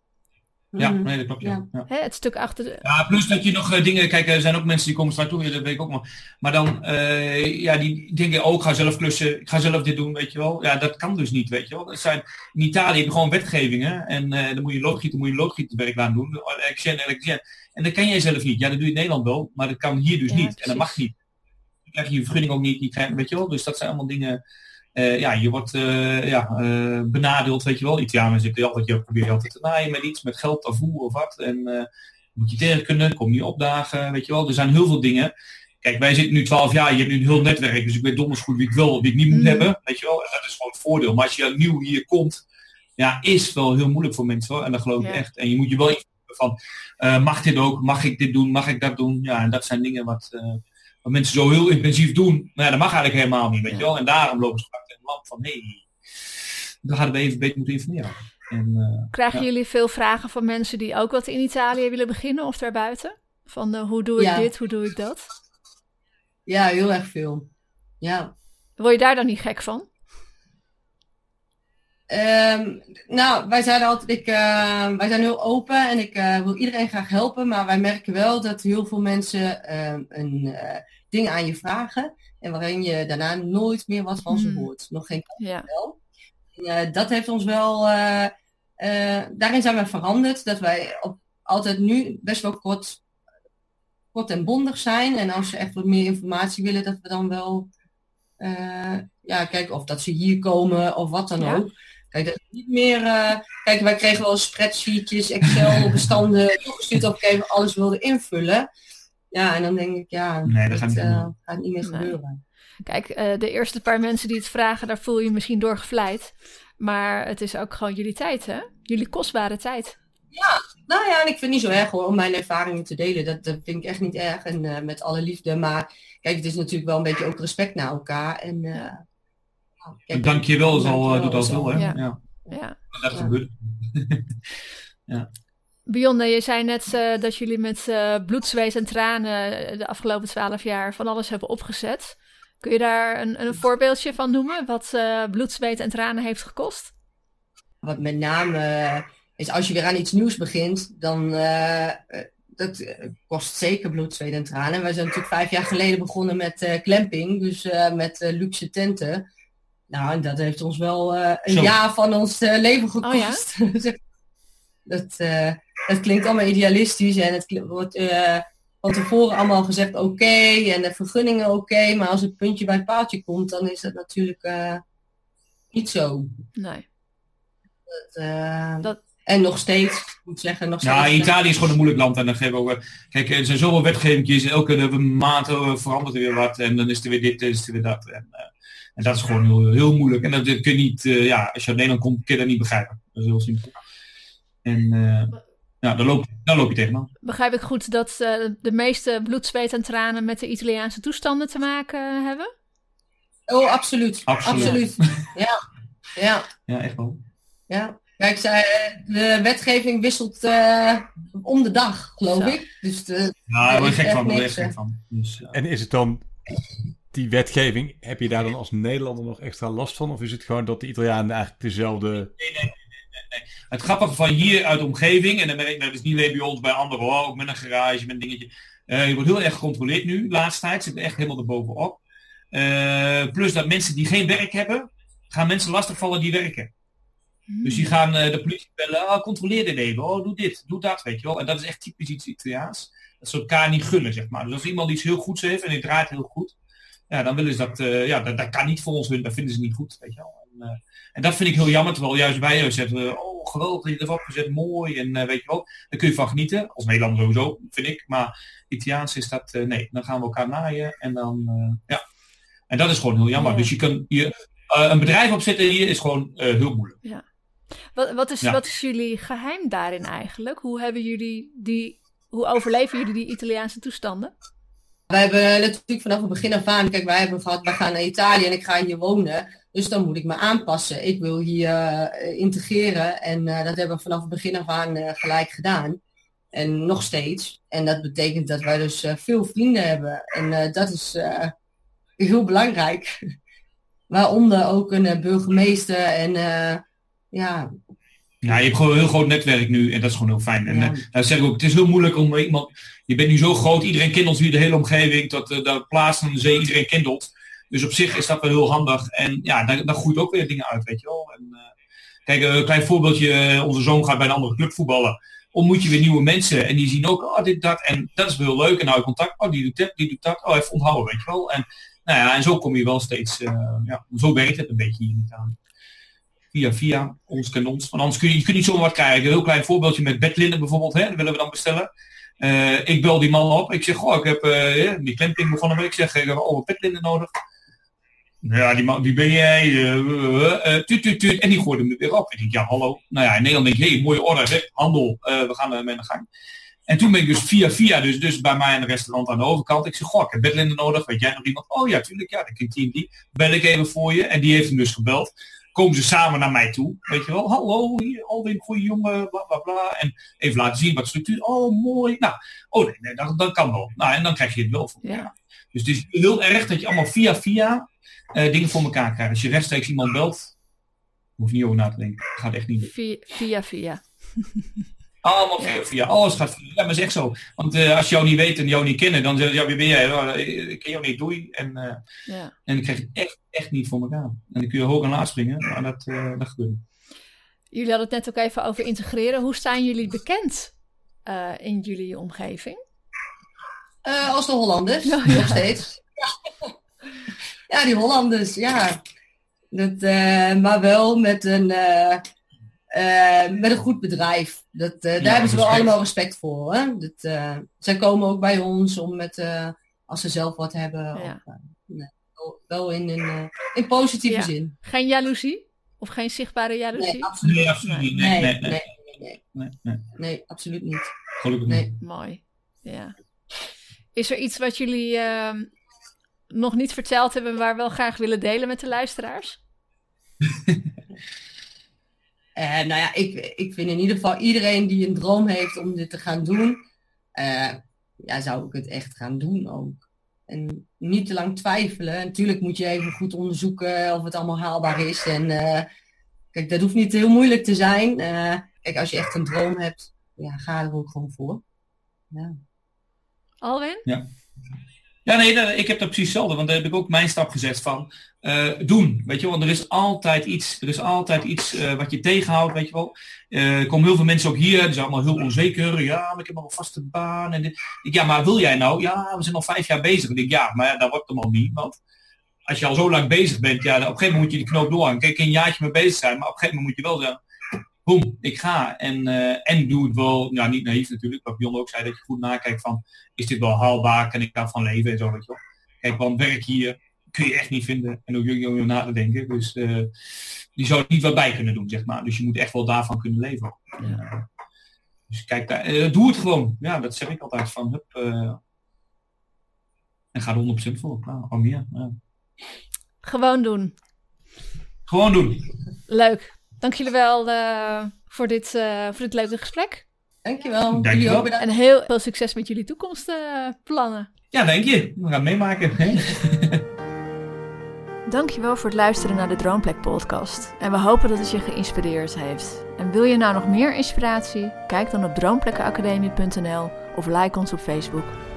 Ja, nee, dat klopt. Ja. Ja. Ja. Hè, het stuk achter de... Ja, plus dat je nog uh, dingen... Kijk, er zijn ook mensen die komen straks toe, dat weet ik ook maar. Maar dan, uh, ja, die denken, oh, ik ga zelf klussen, ik ga zelf dit doen, weet je wel. Ja, dat kan dus niet, weet je wel. Dat zijn, in Italië heb je gewoon wetgevingen en uh, dan moet je loodgieten, moet je loodgietenwerk laten doen. Elektricien, elektricien. En dat kan jij zelf niet. Ja, dat doe je in Nederland wel, maar dat kan hier dus ja, niet. Precies. En dat mag niet. Dan krijg je je vergunning ook niet, je krijgt, weet je wel. Dus dat zijn allemaal dingen... Uh, ja, je wordt uh, ja, uh, benadeeld, weet je wel. Italianen zitten altijd, je probeert je altijd te naaien met iets, met geld, avoer of wat. En uh, moet je tegen kunnen, kom je opdagen, weet je wel. Er zijn heel veel dingen. Kijk, wij zitten nu twaalf jaar, je hebt nu een heel netwerk, dus ik weet donders goed wie ik wil, wie ik niet moet mm. hebben, weet je wel. En dat is gewoon het voordeel. Maar als je nieuw hier komt, ja, is wel heel moeilijk voor mensen, hoor. En dat geloof ik ja. echt. En je moet je wel iets van, uh, mag dit ook, mag ik dit doen, mag ik dat doen? Ja, en dat zijn dingen wat... Uh, wat mensen zo heel intensief doen, nou ja, dat mag eigenlijk helemaal niet, weet je wel. En daarom lopen ze vaak in het land van, nee, hey, daar hadden we even beter moeten informeren. En, uh, Krijgen ja. jullie veel vragen van mensen die ook wat in Italië willen beginnen of daarbuiten? Van uh, hoe doe ik ja. dit, hoe doe ik dat? Ja, heel erg veel. Ja. Word je daar dan niet gek van? Um, nou, wij zijn altijd, ik, uh, wij zijn heel open en ik uh, wil iedereen graag helpen, maar wij merken wel dat heel veel mensen uh, een uh, ding aan je vragen en waarin je daarna nooit meer wat van ze hoort. Nog geen ja. wel. En, uh, dat heeft ons wel, uh, uh, daarin zijn we veranderd, dat wij op, altijd nu best wel kort, kort en bondig zijn en als ze echt wat meer informatie willen, dat we dan wel, uh, ja, kijken of dat ze hier komen of wat dan ja. ook. Kijk, dat is niet meer... Uh, kijk, wij kregen wel spreadsheetjes, Excel-bestanden toegestuurd op een gegeven moment alles wilden invullen. Ja, en dan denk ik, ja, nee, dat, dat gaat niet, uh, gaat niet meer nee. gebeuren. Kijk, uh, de eerste paar mensen die het vragen, daar voel je je misschien door gevleid. Maar het is ook gewoon jullie tijd, hè? Jullie kostbare tijd. Ja, nou ja, en ik vind het niet zo erg hoor, om mijn ervaringen te delen. Dat, dat vind ik echt niet erg en uh, met alle liefde. Maar kijk, het is natuurlijk wel een beetje ook respect naar elkaar. En... Uh, Kijk, dank je wel, zal uh, doet dat wel, hè? Ja. Ja. Ja. Dat gebeurt. Ja. Bionne, je zei net uh, dat jullie met uh, bloed, zweet en tranen de afgelopen twaalf jaar van alles hebben opgezet. Kun je daar een, een voorbeeldje van noemen, wat uh, bloed, zweet en tranen heeft gekost? Wat met name uh, is als je weer aan iets nieuws begint, dan uh, dat uh, kost zeker bloed, zweet en tranen. Wij zijn natuurlijk vijf jaar geleden begonnen met uh, glamping, dus uh, met uh, luxe tenten. Nou, en dat heeft ons wel uh, een Zo. jaar van ons uh, leven gekost. Oh, ja? dat, uh, dat klinkt allemaal idealistisch en het wordt, uh, van tevoren allemaal gezegd oké okay, en de vergunningen oké. Okay, maar als het puntje bij het paaltje komt, dan is dat natuurlijk uh, niet zo. Nee. Dat, uh, dat... En nog steeds, ik moet zeggen, nog steeds. Ja, Italië is gewoon een moeilijk land. En dan geven we ook, kijk, er zijn zoveel wetgevingjes. Elke maand verandert er weer wat. En dan is er weer dit, is er weer dat. En, uh, en dat is gewoon heel, heel moeilijk. En dat kun je niet, uh, ja, als je uit Nederland komt, kun je dat niet begrijpen. Dat is heel simpel. En uh, ja, dan loop, dan loop je tegenaan. Begrijp ik goed dat uh, de meeste bloed, zweet en tranen met de Italiaanse toestanden te maken hebben? Oh, absoluut. Absoluut. absoluut. Ja. Ja. Ja, echt wel. Ja. Kijk, de wetgeving wisselt uh, om de dag, geloof Zo. ik. Dus de, ja, daar ben ik gek van. Daar gek van. Dus, ja. En is het dan, die wetgeving, heb je daar dan als Nederlander nog extra last van? Of is het gewoon dat de Italianen eigenlijk dezelfde... Nee, nee, nee. nee, nee. Het grappige van hier uit de omgeving, en dan merk ik, dat is niet alleen bij ons, bij anderen, hoor, ook met een garage, met een dingetje. Uh, je wordt heel erg gecontroleerd nu, de laatste tijd. Zit er echt helemaal erbovenop. Uh, plus dat mensen die geen werk hebben, gaan mensen lastigvallen die werken. Dus die gaan uh, de politie bellen, oh, controleer dit even, oh, doe dit, doe dat, weet je wel. En dat is echt typisch iets Italiaans. Dat ze elkaar niet gunnen, zeg maar. Dus als iemand iets heel goeds heeft en die draait heel goed, ja, dan willen ze dat, uh, ja, dat, dat kan niet voor ons hun, dat vinden ze niet goed, weet je wel. En, uh, en dat vind ik heel jammer, terwijl juist wij zetten, uh, oh, geweldig dat je erop gezet, mooi, en uh, weet je wel. Daar kun je van genieten, als Nederlander sowieso, vind ik. Maar Italiaans is dat, uh, nee, dan gaan we elkaar naaien en dan, uh, ja. En dat is gewoon heel jammer. Ja. Dus je kan, je, uh, een bedrijf opzetten hier is gewoon uh, heel moeilijk. Ja. Wat, wat, is, ja. wat is jullie geheim daarin eigenlijk? Hoe hebben jullie die, hoe overleven jullie die Italiaanse toestanden? Wij hebben natuurlijk vanaf het begin af aan, kijk, wij hebben gehad, wij gaan naar Italië en ik ga hier wonen. Dus dan moet ik me aanpassen. Ik wil hier uh, integreren en uh, dat hebben we vanaf het begin af aan uh, gelijk gedaan. En nog steeds. En dat betekent dat wij dus uh, veel vrienden hebben. En uh, dat is uh, heel belangrijk. Waaronder ook een uh, burgemeester en... Uh, Ja. ja, je hebt gewoon een heel groot netwerk nu en dat is gewoon heel fijn. En ja. uh, nou zeg ik ook, het is heel moeilijk om iemand, je bent nu zo groot, iedereen kent ons hier, de hele omgeving, tot uh, de plaats van de zee, iedereen kent ons. Dus op zich is dat wel heel handig en ja, daar, daar groeit ook weer dingen uit, weet je wel. En, uh, kijk, een klein voorbeeldje, uh, onze zoon gaat bij een andere club voetballen. Ontmoet je weer nieuwe mensen en die zien ook, oh dit, dat, en dat is wel heel leuk. En nou je contact, oh die doet dat, die doet dat, oh even onthouden, weet je wel. En, nou ja, en zo kom je wel steeds, uh, ja, zo werkt het een beetje hier niet aan. Via, via, ons kent ons. Want anders kun je, je kunt niet zomaar wat krijgen. Een heel klein voorbeeldje met bedlinnen bijvoorbeeld. Hè, dat willen we dan bestellen. Uh, ik bel die man op. Ik zeg, goh, ik heb uh, die klemping begonnen. Ik zeg, ik heb al wat bedlinnen nodig. Ja, die man, wie ben jij? Uh, uh, uh, tuut, tuut, tuut. En die gooide hem weer op. Ik denk, ja, hallo. Nou ja, in Nederland denk je, hey, mooie order, hè? Handel. Uh, we gaan uh, mee aan de gang. En toen ben ik dus via, via, dus, dus bij mij in een restaurant aan de overkant. Ik zeg, goh, ik heb bedlinnen nodig. Weet jij nog iemand? Oh ja, tuurlijk. Ja, dan klinkt die en die. Bel ik even voor je. En die heeft hem dus gebeld. Komen ze samen naar mij toe, weet je wel. Hallo, hier, Alwin, goeie jongen, bla bla bla. En even laten zien wat structuur. Oh, mooi. Nou, oh nee, nee dat, dat kan wel. Nou, en dan krijg je het wel voor elkaar. Ja. Dus het is heel erg dat je allemaal via via uh, dingen voor elkaar krijgt. Als je rechtstreeks iemand belt, hoef je niet over na te denken. Dat gaat echt niet meer. Via via. via. Allemaal via, via. Alles gaat via. Ja, maar dat is echt zo. Want uh, als je jou niet weet en jou niet kennen, dan zeg je, ja, wie ben jij? Oh, ik ken jou niet, doei. En, uh, ja. en dan krijg je het echt, echt niet voor elkaar. En dan kun je hoog en laag springen, maar dat, uh, dat gebeurt. Jullie hadden het net ook even over integreren. Hoe staan jullie bekend uh, in jullie omgeving? Uh, als de Hollanders, oh, ja. nog steeds. Ja, die Hollanders, ja. Dat, uh, maar wel met een... Uh, Uh, met een goed bedrijf. Dat, uh, daar ja, hebben ze wel allemaal respect voor. Hè? Dat, uh, zij komen ook bij ons om met, uh, als ze zelf wat hebben. Ja. Of, uh, nee, wel in, in, uh, in positieve ja. zin. Geen jaloezie? Of geen zichtbare jaloezie? Nee, absoluut, nee, absoluut niet. Nee, nee, nee, nee, nee, nee, nee, nee. nee absoluut niet. Gelukkig nee. niet. Mooi. Ja. Is er iets wat jullie uh, nog niet verteld hebben, maar wel graag willen delen met de luisteraars? Uh, nou ja, ik, ik vind in ieder geval iedereen die een droom heeft om dit te gaan doen, uh, ja, zou ik het echt gaan doen ook. En niet te lang twijfelen. Natuurlijk moet je even goed onderzoeken of het allemaal haalbaar is. En uh, kijk, dat hoeft niet heel moeilijk te zijn. Uh, kijk, als je echt een droom hebt, ja, ga er ook gewoon voor. Ja. Alwin? Ja. Ja, nee, ik heb dat precies hetzelfde. Want daar heb ik ook mijn stap gezet van uh, doen. Weet je wel, want er is altijd iets, er is altijd iets uh, wat je tegenhoudt, weet je wel. Uh, er komen heel veel mensen ook hier, die zijn allemaal heel onzeker. Ja, maar ik heb nog een vaste baan. En dit. Ja, maar wil jij nou? Ja, we zijn al vijf jaar bezig. En ik, ja, maar ja, dat wordt hem al niet. Want als je al zo lang bezig bent, ja, op een gegeven moment moet je die knoop doorhangen. Kijk, een jaartje mee bezig zijn, maar op een gegeven moment moet je wel zeggen, boem, ik ga. En, uh, en doe het wel, nou niet naïef natuurlijk, wat Bjorn ook zei, dat je goed nakijkt van, is dit wel haalbaar, kan ik daarvan leven en zo, weet je wel. Kijk, want werk hier kun je echt niet vinden en ook jullie om na te denken. Dus uh, die zou er niet wat bij kunnen doen, zeg maar. Dus je moet echt wel daarvan kunnen leven. Ja. Dus kijk, daar, uh, doe het gewoon. Ja, dat zeg ik altijd van, hup. Uh, en ga er honderd procent voor. Nou, al meer. Ja. Gewoon doen. Gewoon doen. Leuk. Dank jullie wel uh, voor, dit, uh, voor dit leuke gesprek. Dankjewel. Dankjewel. En heel veel succes met jullie toekomstplannen. Ja, dank je. We gaan het meemaken. Dankjewel voor het luisteren naar de Droomplek podcast. En we hopen dat het je geïnspireerd heeft. En wil je nou nog meer inspiratie? Kijk dan op droomplekenacademie punt n l of like ons op Facebook.